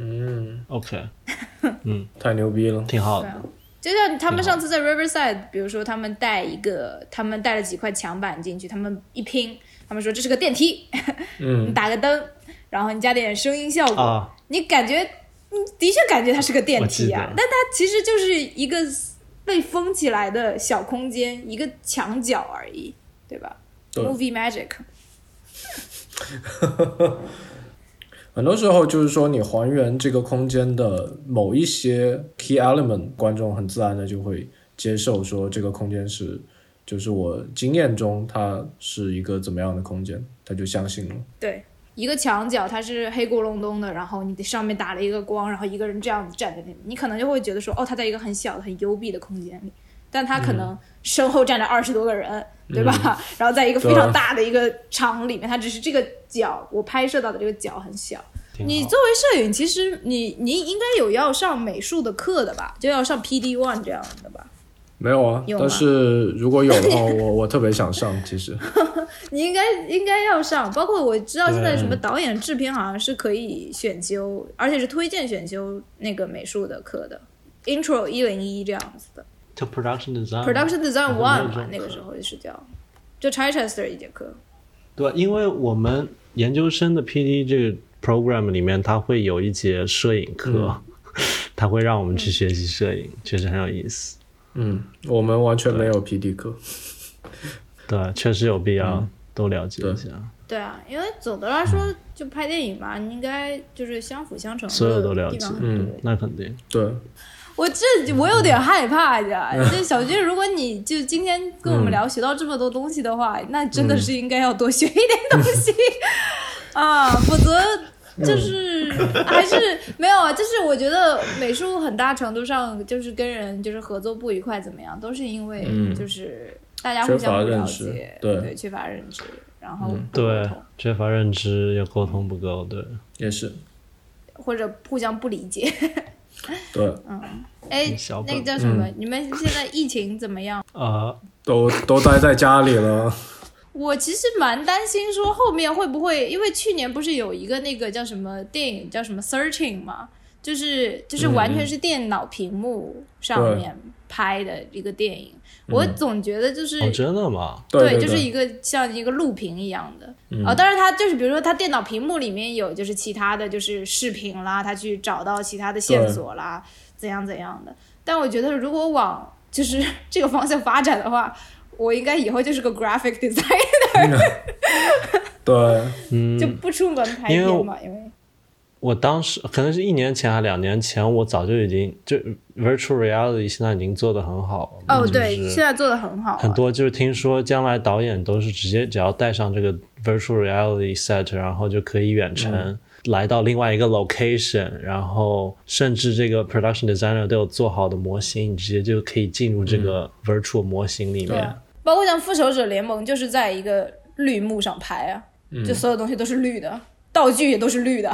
OK， 太牛逼了， 挺好的。 就像他们上次在 Riverside， 比如说他们带了几块墙板进去，他们一拼，他们说这是个电梯，你打个灯，然后你加点声音效果，你的确感觉它是个电梯啊，但它其实就是一个被封起来的小空间，一个墙角而已，对吧？对 Movie Magic。 很多时候就是说你还原这个空间的某一些 key element， 观众很自然的就会接受说这个空间是，就是我经验中它是一个怎么样的空间，他就相信了。 对，一个墙角它是黑咕隆咚的，然后你的上面打了一个光，然后一个人这样子站在那边，你可能就会觉得说，哦，他在一个很小的、很幽闭的空间里，但他可能身后站着20多个人，对吧？然后在一个非常大的一个场里面，他只是这个角，我拍摄到的这个角很小。你作为摄影，其实你应该有要上美术的课的吧？就要上 PD1 这样的吧？ 没有啊，但是如果有的话，我特别想上。其实你应该要上，包括我知道现在什么导演制片好像是可以选修，而且是推荐选修那个美术的课的 ，Intro 101这样子的。 就 Production Design 1嘛，那个时候是叫，就 Chichester 一节课。 对，因为我们研究生的 PD 这个 program 里面，它会有一节摄影课，它会让我们去学习摄影，确实很有意思。 我们完全没有 PD 课。 对，确实有必要都了解一下。 对啊，因为总的来说，就拍电影嘛，你应该就是相辅相成的， 所有都了解。那肯定。 对。 我有点害怕呀，这小军，如果你就今天跟我们聊学到这么多东西的话，那真的是应该要多学一点东西啊，否则就是还是没有啊。就是我觉得美术很大程度上就是跟人就是合作不愉快怎么样，都是因为就是大家互相不了解，对，缺乏认知，然后对缺乏认知也沟通不够，对， 也是， 或者互相不理解。 对， 那个叫什么？你们现在疫情怎么样？ 都待在家里了。 我其实蛮担心说后面会不会，因为去年不是有一个那个叫什么电影叫什么 Searching 嘛，就是完全是电脑屏幕上面拍的一个电影。我总觉得就是真的吗？ 对，就是一个像一个录屏一样的当然它就是比如说它电脑屏幕里面有就是其他的就是视频啦，它去找到其他的线索啦，怎样怎样的。但我觉得如果往就是这个方向发展的话，我应该以后就是个 graphic designer 对， 就不出门拍片嘛，因为我当时可能是1年前还2年前，我早就已经就 virtual reality 现在已经做得很好了。 对，现在做得很好。 很多就是听说将来导演都是直接只要带上这个 virtual reality set， 然后就可以远程来到另外一个 location，然后甚至这个 production designer 都有做好的模型，你直接就可以进入这个 virtual 模型里面。 包括像复仇者联盟就是在一个绿幕上拍啊，就所有东西都是绿的，道具也都是绿的。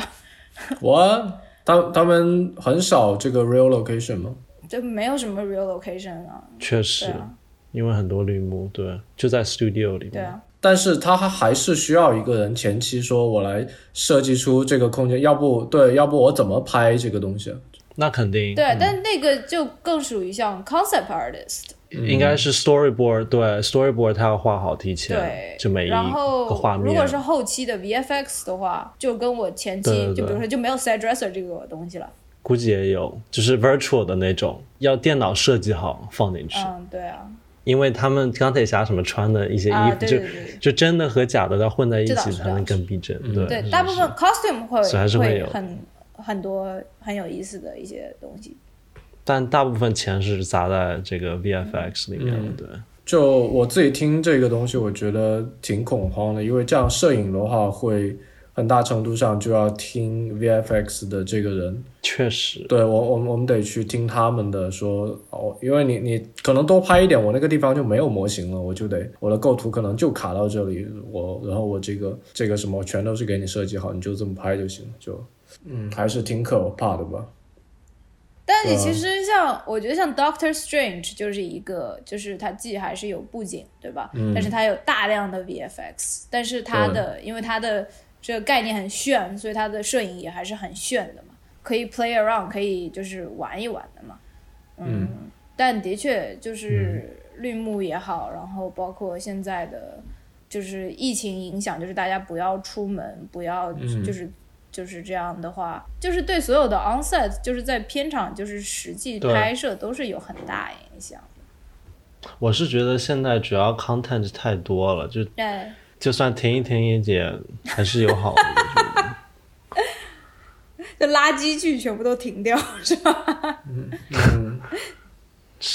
他们很少这个 real location 吗？ 就没有什么 real location 啊。 确实，因为很多绿幕，对，就在 studio 里面。 对啊。 但是他还是需要一个人前期说我来设计出这个空间，要不我怎么拍这个东西啊？ 那肯定。 对，但那个就更属于像 concept artist。 应该是 storyboard， 对 storyboard 他要画好提前，对，就每一个画面。 如果是后期的 VFX 的话，就跟我前期就比如说就没有 set dresser 这个东西了。 估计也有，就是 virtual 的那种，要电脑设计好放进去。 对啊。 因为他们钢铁侠什么穿的一些衣服，就真的和假的要混在一起才能更逼真。对， 大部分 costume 会有很多很有意思的一些东西。 但大部分钱是砸在这个 VFX 里面了，对。 就我自己听这个东西，我觉得挺恐慌的，因为这样摄影的话会很大程度上就要听 VFX 的这个人。 确实。对， 我们得去听他们的说因为你可能多拍一点，我那个地方就没有模型了，我的构图可能就卡到这里，然后我这个什么全都是给你设计好，你就这么拍就行了，就还是挺可怕的吧。 但你其实我觉得像 Doctor Strange 就是一个，就是它既还是有布景，对吧？但是它有大量的 VFX， 但是因为它的这个概念很炫，所以它的摄影也还是很炫的嘛，可以 play around， 可以就是玩一玩的嘛。但的确就是绿幕也好，然后包括现在的就是疫情影响，就是大家不要出门，不要就是这样的话，就是对所有的 onset 就是在片场就是实际拍摄都是有很大影响的。 我是觉得现在主要 content 太多了，就算停一停也还是有好的。 就垃圾剧全部都停掉是吧？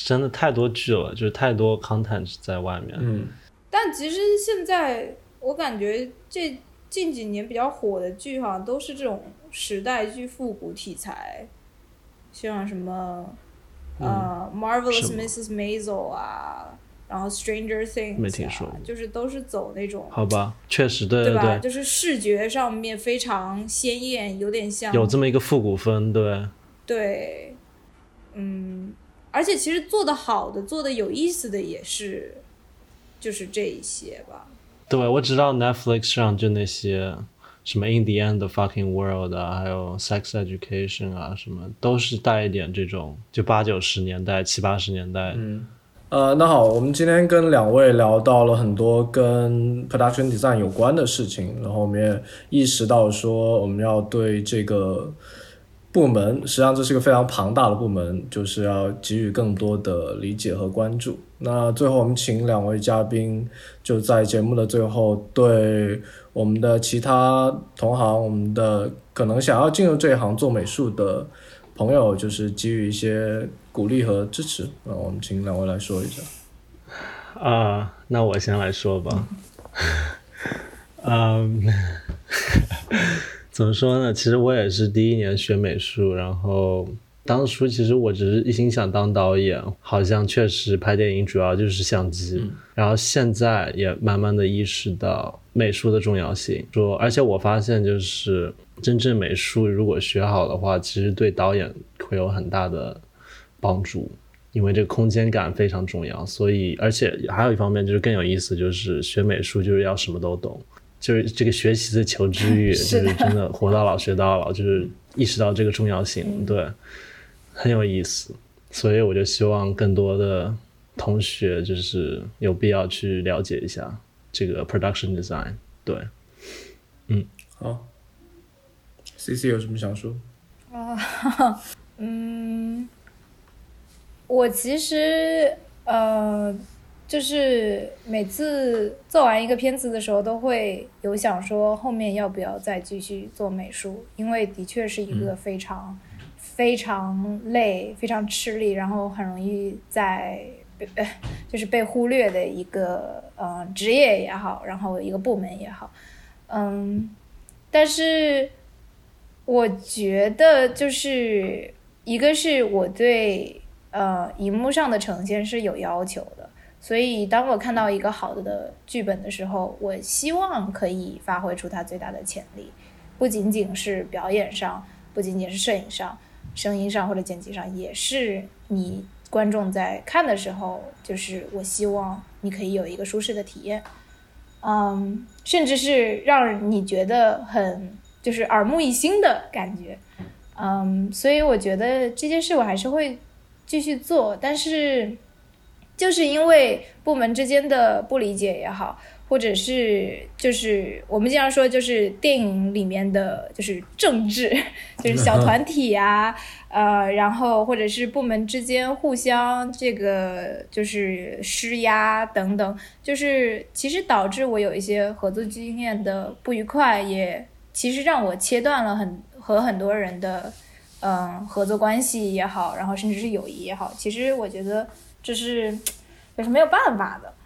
真的太多剧了，就是太多 content 在外面。 但其实现在我感觉这近几年比较火的剧好像都是这种时代剧复古题材，像什么Marvelous Mrs. Maisel 啊，然后 Stranger Things 没听说， 就是都是走那种， 好吧，确实对吧？就是视觉上面非常鲜艳，有点像有这么一个复古风， 对，而且其实做的好的、做的有意思的也是，就是这一些吧。 对，我知道 Netflix 上就那些什么 In the End of Fucking World 啊，还有 Sex Education 啊，什么都是带一点这种就80-90年代、70-80年代。 那好，我们今天跟两位聊到了很多跟 production design 有关的事情，然后我们也意识到说我们要对这个部门，实际上这是一个非常庞大的部门，就是要给予更多的理解和关注。那最后我们请两位嘉宾就在节目的最后对我们的其他同行，我们的可能想要进入这一行做美术的朋友，就是给予一些鼓励和支持。我们请两位来说一下。 那我先来说吧。怎么说呢，其实我也是第一年学美术，然后当初其实我只是一心想当导演，好像确实拍电影主要就是相机，然后现在也慢慢的意识到美术的重要性，而且我发现就是真正美术如果学好的话，其实对导演会有很大的帮助，因为这个空间感非常重要。所以而且还有一方面就是更有意思，就是学美术就是要什么都懂，就是这个学习的求知欲就是真的活到老学到老，就是意识到这个重要性。对，很有意思。所以我就希望更多的同学就是有必要去了解一下这个 production design。 对， 好， CC 有什么想说？ 我其实就是每次做完一个片子的时候都会有想说后面要不要再继续做美术，因为的确是一个非常非常累、非常吃力，然后很容易就是被忽略的一个职业也好，然后一个部门也好。但是我觉得就是一个是我对荧幕上的呈现是有要求的，所以当我看到一个好的剧本的时候，我希望可以发挥出它最大的潜力，不仅仅是表演上，不仅仅是摄影上、声音上或者剪辑上，也是你观众在看的时候，就是我希望你可以有一个舒适的体验，甚至是让你觉得很就是耳目一新的感觉。所以我觉得这件事我还是会继续做，但是就是因为部门之间的不理解也好，或者是就是我们经常说就是电影里面的就是政治，就是小团体啊然后或者是部门之间互相这个就是施压等等，就是其实导致我有一些合作经验的不愉快，也其实让我切断了和很多人的合作关系也好，然后甚至是友谊也好，其实我觉得这是没有办法的。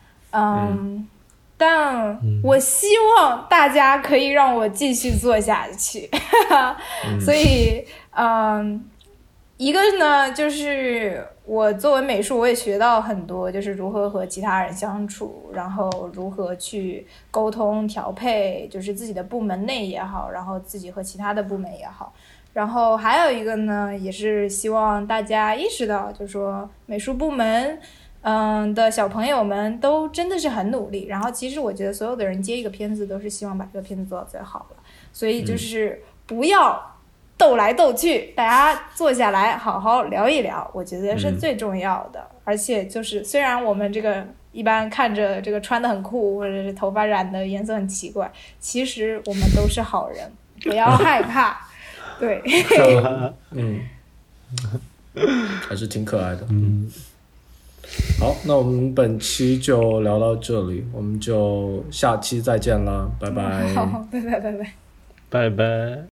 但我希望大家可以让我继续做下去所以一个呢就是我作为美术我也学到很多，就是如何和其他人相处，然后如何去沟通调配，就是自己的部门内也好，然后自己和其他的部门也好。然后还有一个呢，也是希望大家意识到，就是说美术部门的小朋友们都真的是很努力，然后其实我觉得所有的人接一个片子都是希望把这个片子做到最好的，所以就是不要斗来斗去，大家坐下来好好聊一聊，我觉得是最重要的。而且就是虽然我们这个一般看着这个穿得很酷，或者是头发染的颜色很奇怪，其实我们都是好人，不要害怕对还是挺可爱的。好，那我们本期就聊到这里，我们就下期再见啦，拜拜。 好，拜拜拜拜拜拜。